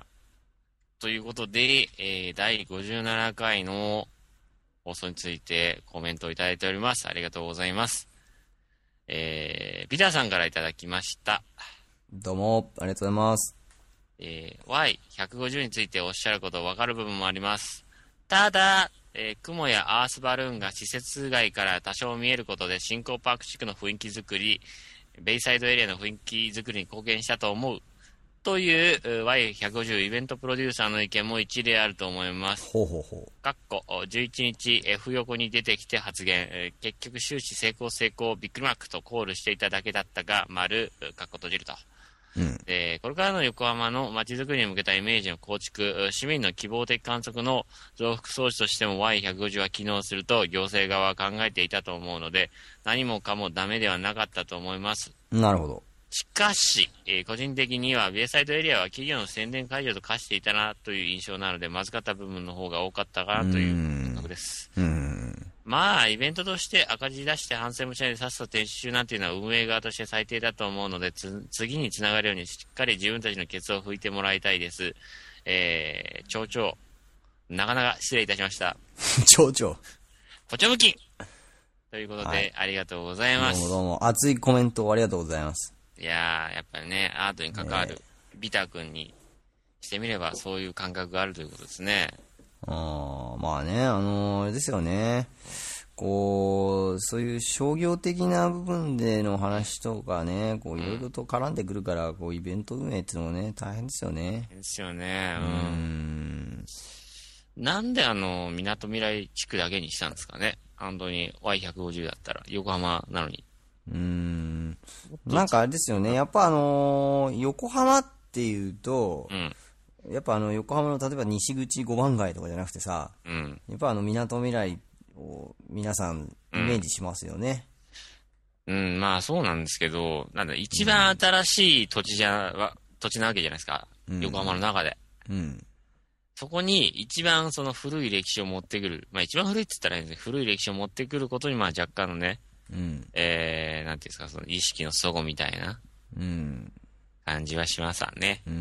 ということで、えー、だいごじゅうななかいの放送についてコメントをいただいております。ありがとうございます。えー、ビターさんからいただきました。 どうも、ありがとうございます。 えー、ワイひゃくごじゅう についておっしゃること分かる部分もあります。ただ、えー、雲やアースバルーンが施設外から多少見えることで新興パーク地区の雰囲気作り、ベイサイドエリアの雰囲気作りに貢献したと思うという ワイひゃくごじゅう イベントプロデューサーの意見も一例あると思います。 ほうほうほう。 かっこじゅういちにち F 横に出てきて発言、えー、結局終始成功成功ビッグマックとコールしていただけだったが丸かっこ閉じると。うん、でこれからの横浜の街づくりに向けたイメージの構築、市民の希望的観測の増幅装置としても ワイひゃくごじゅう は機能すると行政側は考えていたと思うので、何もかもダメではなかったと思います。 なるほど。 しかし、えー、個人的にはベイサイドエリアは企業の宣伝会場と化していたなという印象なので、まずかった部分の方が多かったかなという感覚です。うーん、まあイベントとして赤字出して反省もしないでさっさと停止中なんていうのは運営側として最低だと思うので、つ次につながるようにしっかり自分たちのケツを拭いてもらいたいです。えー、町長なかなか失礼いたしました。 町長ポチョムキンということで、はい、ありがとうございます。 どうもどうも熱いコメントありがとうございます。 いやー、やっぱりね、アートに関わるビター君にしてみればそういう感覚があるということですね。 あまあね、あのー、あれですよね。こう、そういう商業的な部分での話とかね、こういろいろと絡んでくるから、こうイベント運営っていうのもね、大変ですよね。 大変ですよね。うん。うんなんであの、みなとみらい地区だけにしたんですかね。本当に ワイひゃくごじゅう だったら、横浜なのに。 うーん。なんかあれですよね。やっぱあのー、横浜っていうと、うん、やっぱあの、横浜の例えば西口五番街とかじゃなくてさ、うん、やっぱあの、みなとみらいを皆さんイメージしますよね。 うん、うん、まあそうなんですけど、なんだ、一番新しい土地じゃ、土地なわけじゃないですか。うん、横浜の中で。うん。そこに一番その古い歴史を持ってくる。まあ一番古いって言ったらいいんですけど、古い歴史を持ってくることにまあ若干のね、うん、えー、なんていうんですか、その意識の齟齬みたいな、うん、感じはしますわね。 うん。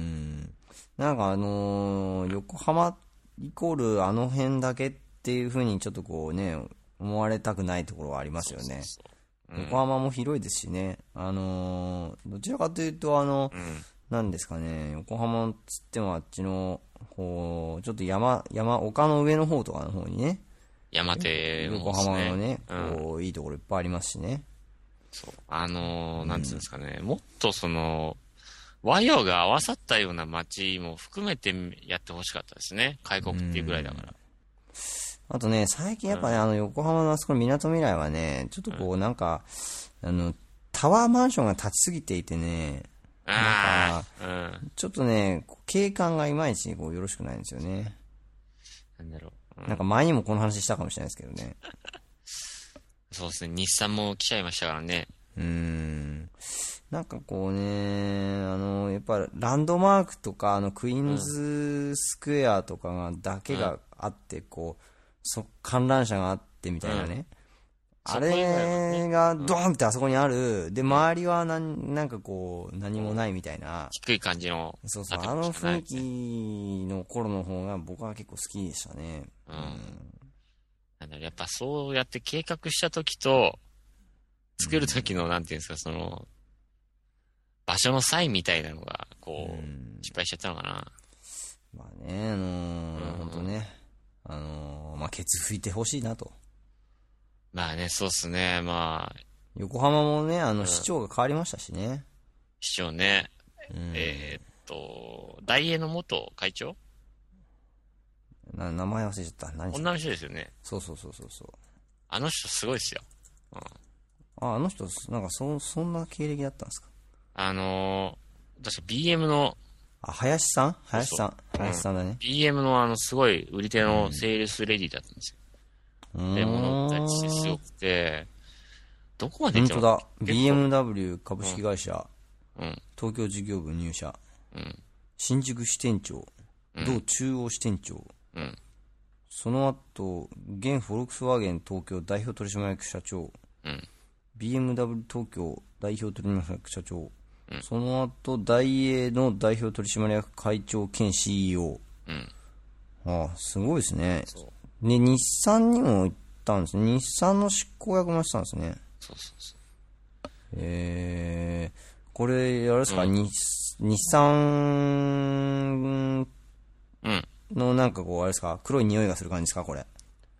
なんかあのー、横浜イコールあの辺だけっていう風にちょっとこうね、思われたくないところはありますよね。そうそうそう、うん、横浜も広いですしね。あのー、どちらかというとあの、うん、なんですかね、横浜っつってもあっちの、こう、ちょっと山、山、丘の上の方とかの方にね、 山手も、ね、横浜のね、こう、うん、いいところいっぱいありますしね。 そう。あのー、なんていうんですかね、うん、もっとその、和洋が合わさったような街も含めてやってほしかったですね。開国っていうぐらいだから。うん、 あとね、最近やっぱね、うん、あの、横浜のあそこの港未来はね、ちょっとこう、なんか、うん、あの、タワーマンションが立ちすぎていてね、なんか、うん、ちょっとね、景観がいまいちこうよろしくないんですよね。 なんだろう。 うん、なんか前にもこの話したかもしれないですけどね。 そうですね、日産も来ちゃいましたからね。 うーん。なんかこうね、あの、やっぱランドマークとか、あの、クイーンズスクエアとかがだけがあって、こう、そ観覧車があってみたいなね。 あれがドーンってあそこにある。で、周りはなん、なんかこう、何もないみたいな。 低い感じの。 そうそう、あの雰囲気の頃の方が僕は結構好きでしたね。 うん。なんだろう、やっぱそうやって計画した時と、作る時の、なんていうんですか、その、場所の際みたいなのが、こう、失敗しちゃったのかな。 まあね、あのー、ほんとね、あのー、まあ、ケツ拭いてほしいなと。 まあね、そうっすね、まあ。 横浜もね、あの、市長が変わりましたしね。 市長ね、えー、っと、大英の元会長な、名前忘れちゃった。何女の人ですよね。 そうそうそうそうそう。 あの人すごいですよ。うん、 あ、あの人、なんかそ、そんな経歴だったんですか？ あのー、確か ビーエム の、 あ、林さん林さん。林さんだね。 うん、ビーエム のあの、すごい売り手のセールスレディだったんですよ。うん、で、物売ったりしてすごくて、どこまで行っても本当だ。ビーエムダブリュー 株式会社、 うん、 東京事業部入社、 うん、 新宿支店長、同中央支店長、 うん、 その後、現フォルクスワーゲン東京代表取締役社長、 うん、 ビーエムダブリュー 東京代表取締役社長、うん、その後、大英の代表取締役会長兼 シーイーオー。うん、ああ、すごいですね。で、日産にも行ったんですね。日産の執行役もしたんですね。 そうそうそう。 えー、これ、あれですか、うん、日, 日産のなんかこう、あれですか、黒い匂いがする感じですか、これ。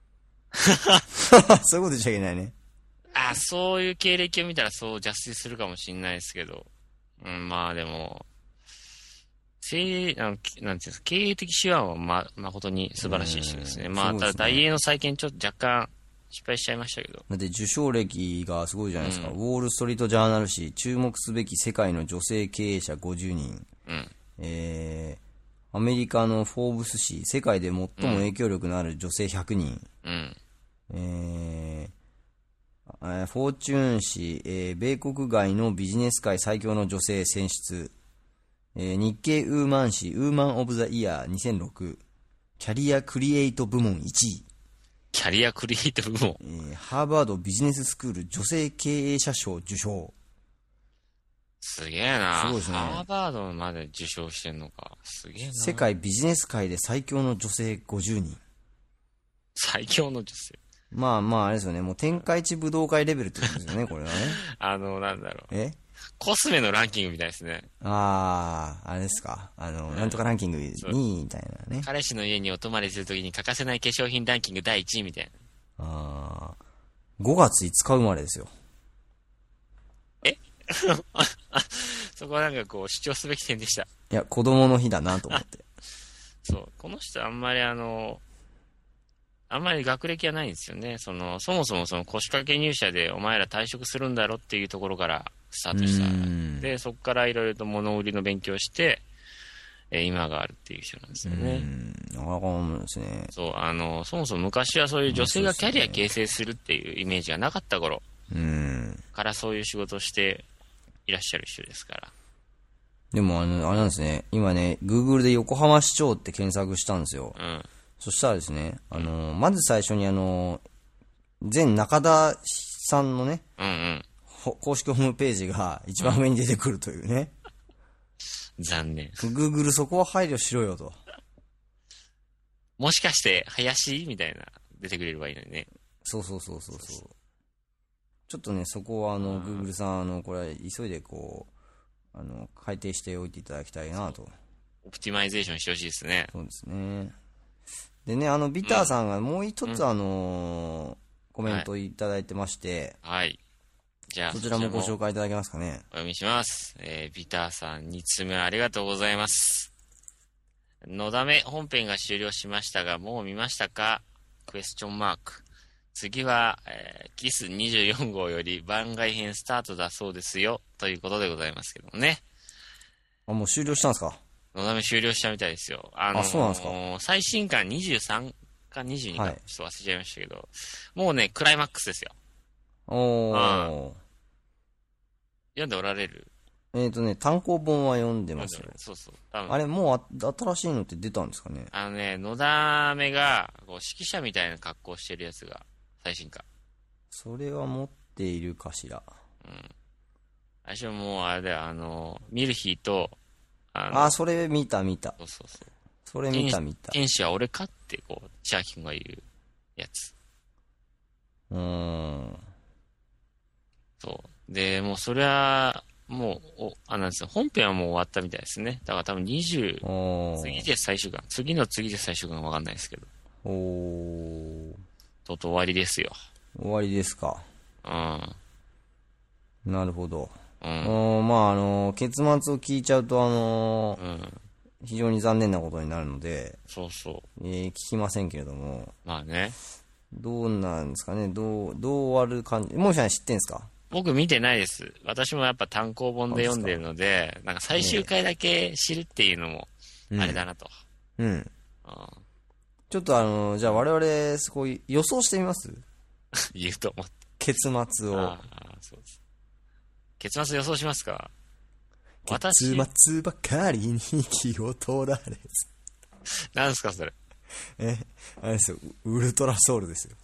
そういうこと言っちゃいけないね。 あ、そういう経歴を見たらそう邪推するかもしれないですけど。うん、まあでも、経あのなんていうんですか、経営的手腕はま、誠に素晴らしい人ですね。まあ、ただ大英の再建ちょっと若干失敗しちゃいましたけど。 だって受賞歴がすごいじゃないですか。うん、ウォールストリートジャーナル誌、注目すべき世界の女性経営者ごじゅうにん。うん、えー、アメリカのフォーブス誌、世界で最も影響力のある女性ひゃくにん。うん、えー、フォーチューン誌、えー、米国外のビジネス界最強の女性選出。えー、日経ウーマン誌ウーマンオブザイヤーにせんろく、キャリアクリエイト部門いちい。 キャリアクリエイト部門、 えー、ハーバードビジネススクール女性経営者賞受賞。 すげえな。すごいですね。ハーバードまで受賞してんのか。すげえな。 世界ビジネス界で最強の女性ごじゅうにん。 最強の女性。 まあまああれですよね。もう天下一武道会レベルってことですよね、これはね。 あの、なんだろう。 えコスメのランキングみたいですね。 ああ、あれですか。あの、うん、なんとかランキングにいみたいなね。 彼氏の家にお泊まりするときに欠かせない化粧品ランキングだいいちいみたいな。 ああ、ごがついつか生まれですよ。 えそこはなんかこう主張すべき点でした。 いや、子供の日だなと思って。 そう。この人あんまりあの、あんまり学歴はないんですよね。その、そもそもその腰掛け入社でお前ら退職するんだろっていうところからスタートした。で、そこからいろいろと物売りの勉強して、えー、今があるっていう人なんですよね。 うん。なかなか思うんですね。 そう、あの、そもそも昔はそういう女性がキャリア形成するっていうイメージがなかった頃からそういう仕事をしていらっしゃる人ですから。 でもあの、あれなんですね。今ね、Google で横浜市長って検索したんですよ。うん。そしたらですね、あのー、まず最初にあのー、前中田さんのね、うんうん、公式ホームページが一番上に出てくるというね。 うん、残念。 Google そこは配慮しろよと。 もしかして、林みたいな、出てくれればいいのにね。 そうそうそうそうそう。ちょっとね、そこはあの、Google さん、あの、これ、急いでこう、あの、改定しておいていただきたいなと。 オプティマイゼーションしてほしいですね。 そうですね。でね、あの、ビターさんがもう一つ、あのー、コメントいただいてまして、 はい。はい、じゃあ、 そちらもご紹介いただけますかね。 お読みします。えー、ビターさん、につめありがとうございます。のだめ本編が終了しましたが、もう見ましたか？クエスチョンマーク。次は、えー、キスにじゅうよん号より番外編スタートだそうですよ、ということでございますけどもね。 あ、もう終了したんですか？ のだめ終了したみたいですよ。あのー、 あ、そうなんですか。 最新刊にじゅうさんかにじゅうにか、はい、ちょっと忘れちゃいましたけど、もうね、クライマックスですよ。 おー。うん、 読んでおられる？ えっ、ー、とね、単行本は読んでますよ。 そうそう。多分あれ、もう新しいのって出たんですかね？ あのね、のだめが、こう、指揮者みたいな格好してるやつが、最新刊。 それは持っているかしら。 うん。最初もうあれだよ、あの、ミルヒーと、 あの、あ、それ見た見た。 そうそうそう。 それ見た見た。 天使は俺かってこう、千秋君が言うやつ。 うーん。 そう。で、もうそれは、もう、お、あ、なんですよ。本編はもう終わったみたいですね。だから多分にじゅう、次で最終巻。次の次で最終巻わかんないですけど。 おー。 とうとう終わりですよ。 終わりですか。 うん。 なるほど。 うん。 うん、まあ、あの、結末を聞いちゃうと、あの、 うん。 非常に残念なことになるので、 そうそう。 えー、聞きませんけれども。 まあね。 どうなんですかね。どう、どう終わる感じ。もうさん知ってんすか？ 僕見てないです。私もやっぱ単行本で読んでるので、なんか最終回だけ知るっていうのも、あれだなと。 うん。うん。ちょっとあの、じゃあ我々、すごい予想してみます？ 言うと思って。 結末を。 ああ、そうです。結末予想しますか？ 結末ばかりに気を取られず。 何すかそれ。 え、あれですよ、ウルトラソウルですよ。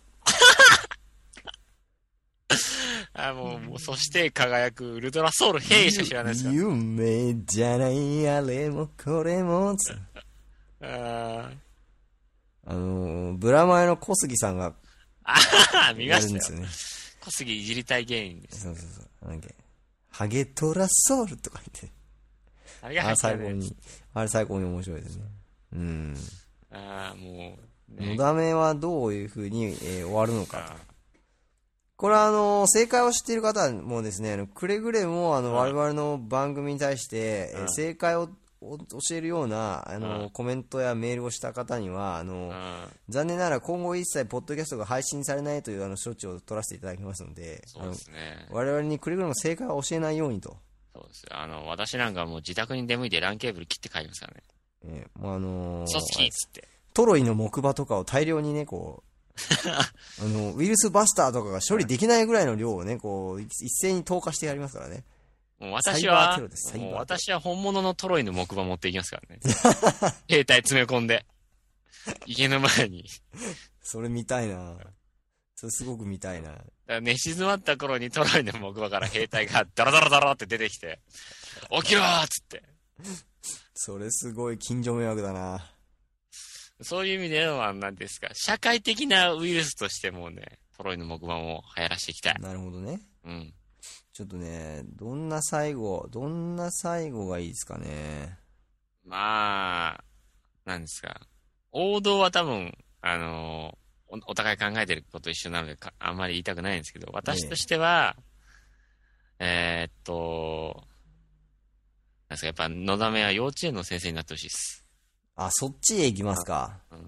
あ、もう、もう、そして輝くウルトラソウル兵しか知らないですか？ 夢じゃない、あれもこれも。 ああのー、ブラマヨの小杉さんが、 ああ、見ましたよ。ですよね。小杉いじりたい芸人です、 ね。そうそうそう。なんか、ハゲトラソウルとか言って。 あれが入ってる最高に、あれ最高に面白いですね。うん。 ああ、もう、ね。のだめはどういう風に、えー、終わるのかと。これはあの、正解を知っている方もですね、あのくれぐれもあの、我々の番組に対して、えー、正解を教えるようなあのコメントやメールをした方にはあの残念ながら今後一切ポッドキャストが配信されないというあの処置を取らせていただきますので、 そうですね、 我々にくれぐれも正解を教えないようにと。 そうです。あの私なんかもう自宅に出向いてランケーブル切って帰りますからね。 えー、もうあのー、 ソツキーっつってトロイの木馬とかを大量にねこうあのウイルスバスターとかが処理できないぐらいの量をねこう一斉に投下してやりますからね。 もう私は、もう私は本物のトロイの木馬持っていきますからね。兵隊詰め込んで。家の前に。 それ見たいな。それすごく見たいな。だから寝静まった頃にトロイの木馬から兵隊がダラダラダラって出てきて、起きろーっつって。 それすごい近所迷惑だな。 そういう意味では何ですか、社会的なウイルスとしてもね、トロイの木馬も流行らしていきたい。 なるほどね。 うん。 ちょっとね、どんな最後、どんな最後がいいですかね。 まあ、なんですか。王道は多分、あのー、お、お互い考えてること一緒なのでか、あんまり言いたくないんですけど、私としては、えー、っと、なんですか、やっぱ、のだめは幼稚園の先生になってほしいです。 あ、そっちへ行きますか。うん、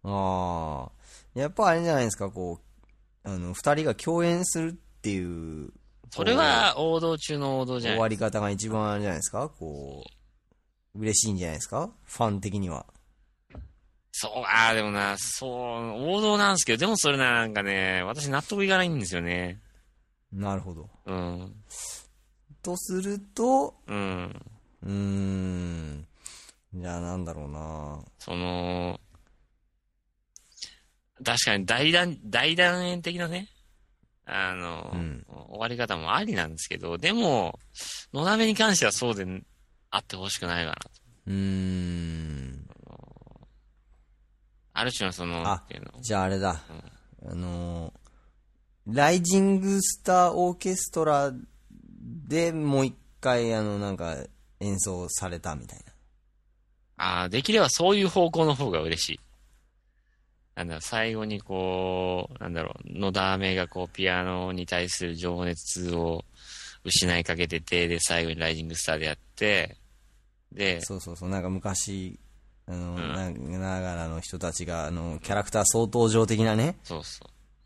ああ。やっぱあれじゃないですか、こう、あの、二人が共演するっていう、 それは王道中の王道じゃない終わり方が一番あれじゃないですかこう、嬉しいんじゃないですかファン的には。 そう、ああ、でもな、そう、王道なんですけど、でもそれなんかね、私納得いかないんですよね。 なるほど。 うん。 とすると、 うん。 うーん。じゃあなんだろうな。 その、確かに大団、大団円的なね、あの、うん、終わり方もありなんですけど、でも、のだめに関してはそうであってほしくないかなと。 うーん。 ある種のその、 あ、じゃああれだ。うん、あのー、ライジングスターオーケストラでもう一回、あの、なんか、演奏されたみたいな。 ああ、できればそういう方向の方が嬉しい。なんだろう、最後にこう、なんだろう、のだめがこう、ピアノに対する情熱を失いかけてて、で、最後にライジングスターでやって、で、 そうそうそう、なんか昔、あの、うん、な, ながらの人たちが、あの、キャラクター総登場的なね、 そうそう。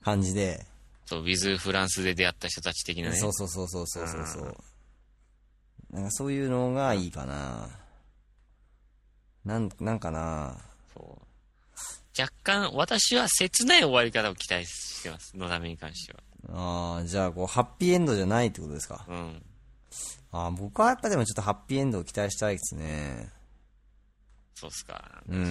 感じで、 そう、ウィズフランスで出会った人たち的なね。 そうそうそうそうそうそうそう。なんかそういうのがいいかな。なん、なんかな。 そう。若干、私は切ない終わり方を期待してます。のだめに関しては。ああ、じゃあ、こう、ハッピーエンドじゃないってことですか。 うん。 ああ、僕はやっぱでもちょっとハッピーエンドを期待したいですね。 そうっすか。 うん。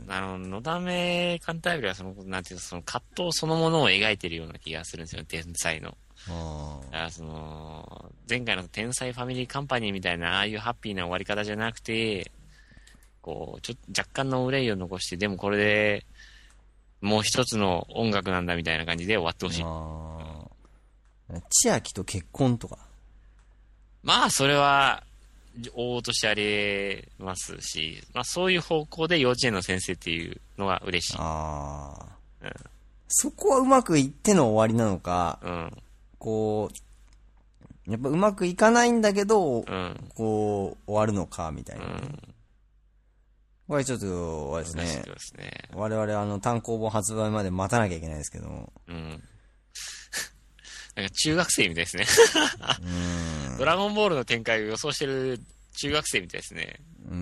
あの、のだめカンタービレはその、なんていうその葛藤そのものを描いてるような気がするんですよ、天才の。ああ。その、前回の天才ファミリーカンパニーみたいな、ああいうハッピーな終わり方じゃなくて、こう、ちょっと若干の憂いを残して、でもこれで、もう一つの音楽なんだみたいな感じで終わってほしい。ああ。千秋と結婚とか。 まあ、それは、往々としてありますし、まあそういう方向で幼稚園の先生っていうのが嬉しい。ああ。 うん。そこはうまくいっての終わりなのか、うん。こう、やっぱうまくいかないんだけど、うん、こう、終わるのか、みたいな、ね。うん。これちょっと、あれですね。ですね。我々あの単行本発売まで待たなきゃいけないですけども。うん。 なんか中学生みたいですね。うん。ドラゴンボールの展開を予想してる中学生みたいですね。うん。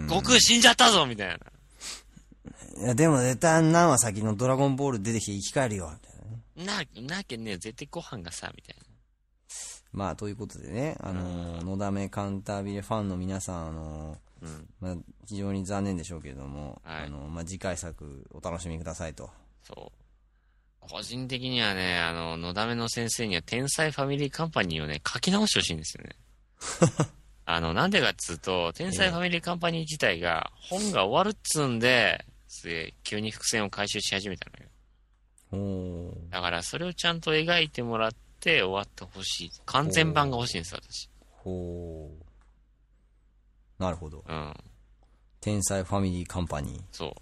悟空死んじゃったぞみたいな。 いや、でも絶対何話先のドラゴンボール出てきて生き返るよ、みたいな、ね。な、なきゃね、絶対ご飯がさ、みたいな。 まあ、ということでね、あのー、のだめカンタービレファンの皆さん、あのー、うん、まあ、非常に残念でしょうけれども、はい、あのー、まあ、次回作お楽しみくださいと。そう。 個人的にはね、あの、のだめの先生には天才ファミリーカンパニーをね、書き直してほしいんですよね。あの、なんでかっつうと、天才ファミリーカンパニー自体が、本が終わるっつうんで、すげえ、急に伏線を回収し始めたのよ。だから、それをちゃんと描いてもらって終わってほしい。完全版が欲しいんです、私。ほう。なるほど。うん。天才ファミリーカンパニー。そう。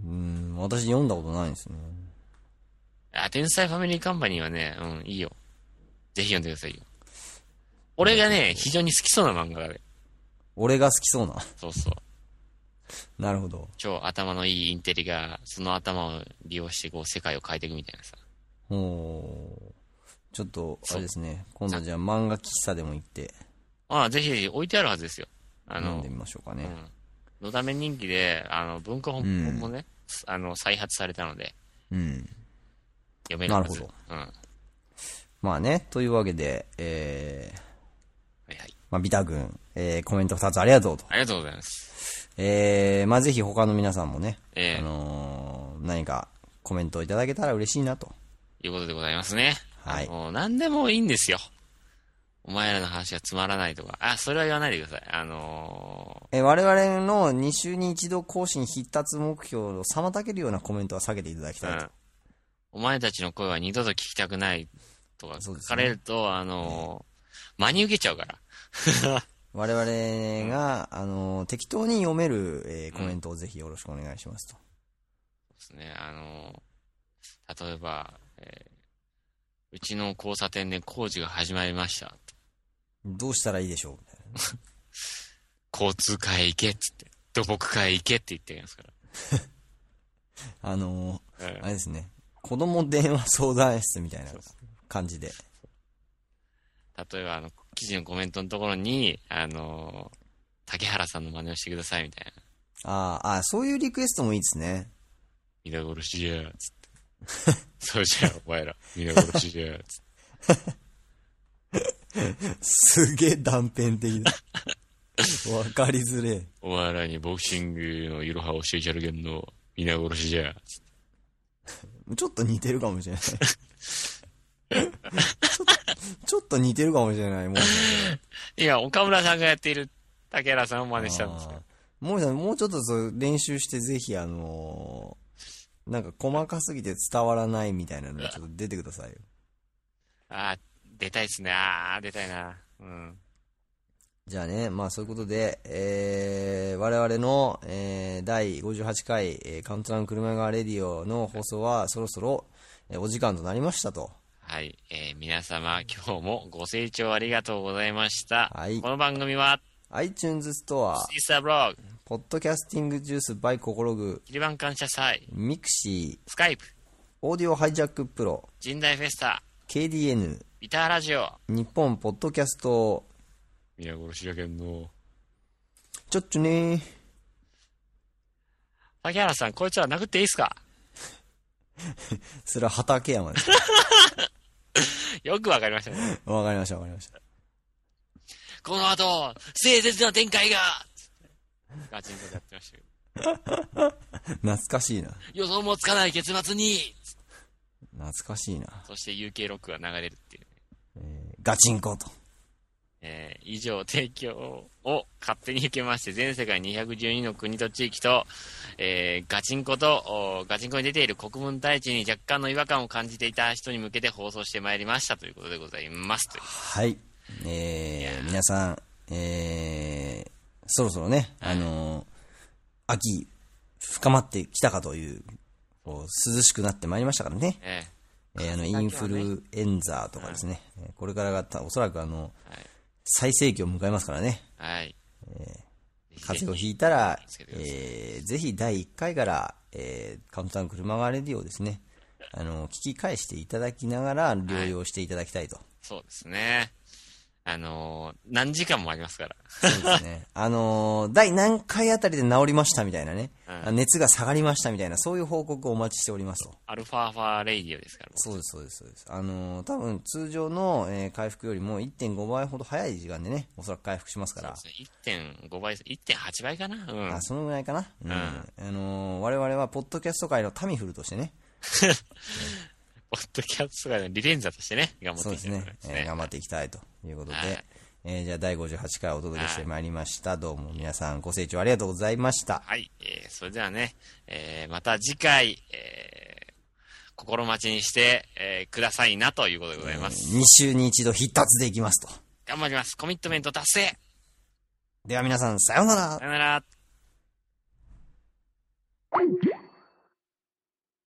うん、私読んだことないんですね。 あ、天才ファミリーカンパニーはね、うん、いいよ。ぜひ読んでくださいよ。俺がね、非常に好きそうな漫画で。 俺が好きそうな。 そうそう。 なるほど。 超頭のいいインテリが、その頭を利用してこう世界を変えていくみたいなさ。ほう。ちょっと、あれですね。今度じゃあ漫画喫茶でも行って。 ああ、ぜひぜひ置いてあるはずですよ。あの、 読んでみましょうかね。 うん。のだめ人気で、あの、文庫本もね、うん、あの、再発されたので。うん。読めるはず。なるほど。うん。 まあね、というわけで、えー、はいはい。まあ、ビタ軍、えー、コメントふたつありがとうと。 ありがとうございます。 えー、まあぜひ他の皆さんもね、えー、あのー、何かコメントをいただけたら嬉しいなと。 いうことでございますね。はい。もう何でもいいんですよ。お前らの話がつまらないとか。あ、それは言わないでください。あのー、え、我々のに週にいちど更新必達目標を妨げるようなコメントは避けていただきたいと。うん、 お前たちの声は二度と聞きたくないとか書かれると、ね、あのー、真に受けちゃうから。 我々が、うん、あのー、適当に読める、えー、コメントをぜひよろしくお願いしますと。 そうですね。あのー、例えば、えー、うちの交差点で工事が始まりました。 どうしたらいいでしょうみたいな。 交通課へ行けっつって、土木課へ行けって言ってるんですから。 あのーうん、あれですね。子供電話相談室みたいな感じで。 例えば、あの、記事のコメントのところに、あのー、竹原さんの真似をしてくださいみたいな。ああ、そういうリクエストもいいですね。 皆殺しじゃー、つって。そうじゃん、お前ら。皆殺しじゃー、つって。 すげえ断片的だ。わかりづれえ。 お前らにボクシングのいろはを教えちゃるけんの、皆殺しじゃー、つって。 ちょっと似てるかもしれない。ちょっと、ちょっと似てるかもしれない。もういや、岡村さんがやっている竹原さんを真似したんですよ。 もうもうちょっとそう練習してぜひあのー、なんか細かすぎて伝わらないみたいなのちょっと出てくださいよ。 ああ、出たいっすね。ああ、出たいな。うん。 じゃあね、まあそういうことで、えー、我々の、えー、だいごじゅうはちかい、えー、カウントダウン車川レディオの放送はそろそろ、えー、お時間となりましたと。 はい、えー、皆様今日もご清聴ありがとうございました。はい。この番組は iTunes ストア、 シーサーブログ、 ポッドキャスティングジュース by ココログ、 キリバン感謝祭、 ミクシー、スカイプ、 オーディオハイジャックプロ、 神代フェスタ、 ケーディーエヌ、 ビターラジオ、 日本ポッドキャスト、 皆殺しやけんの。 ちょっちょねー。 竹原さん、こいつは殴っていいっすか？ それは畠山です。 よくわかりましたね。 わかりました、わかりました。 この後、凄絶な展開がガチンコでやってましたけど。 懐かしいな。 予想もつかない結末に懐かしいな。 そして ユーケー ロックが流れるっていうね。 えー、ガチンコと。 えー、以上提供を勝手に受けまして、全世界にひゃくじゅうにの国と地域と、えー、ガチンコと、ガチンコに出ている国分太一に若干の違和感を感じていた人に向けて放送してまいりましたということでございますという。 はい。えー、皆さん、えー、そろそろね、あのー、秋、深まってきたかという、こう涼しくなってまいりましたからね。えー、えー、あの、インフルエンザとかですね、うん、これからがおそらくあの、はい、最盛期を迎えますからね。はい。えー、風邪をひいたら、えー、ぜひだいいっかいから、えー、カウントダウン車がレディをですね、あの、聞き返していただきながら療養していただきたいと。はい、 そうですね。あのー、何時間もありますから。 そうですね。あのー、第何回あたりで治りましたみたいなね、うん、熱が下がりましたみたいな、そういう報告をお待ちしておりますと。 アルファーファーレイディオですから。 そうです、そうです、そうです。あのー、多分通常の、えー、回復よりも いってんご 倍ほど早い時間でね、おそらく回復しますから。そうですね。 いってんご 倍、いってんはちばいかな。うん。 あ、そのぐらいかな。うん。うん、あのー、我々はポッドキャスト界のタミフルとしてね。 ポッドキャスト界のリレンザとしてね、頑張っていきたい、ね。 そうですね、えー。頑張っていきたいということで。はい、えー、じゃあだいごじゅうはちかいお届けしてまいりました。どうも皆さんご清聴ありがとうございました。 はい。えー、それではね、えー、また次回、えー、心待ちにして、えー、くださいなということでございます。 えー、に週に一度必達でいきますと。 頑張ります。コミットメント達成。 では皆さん、さようなら。 さようなら。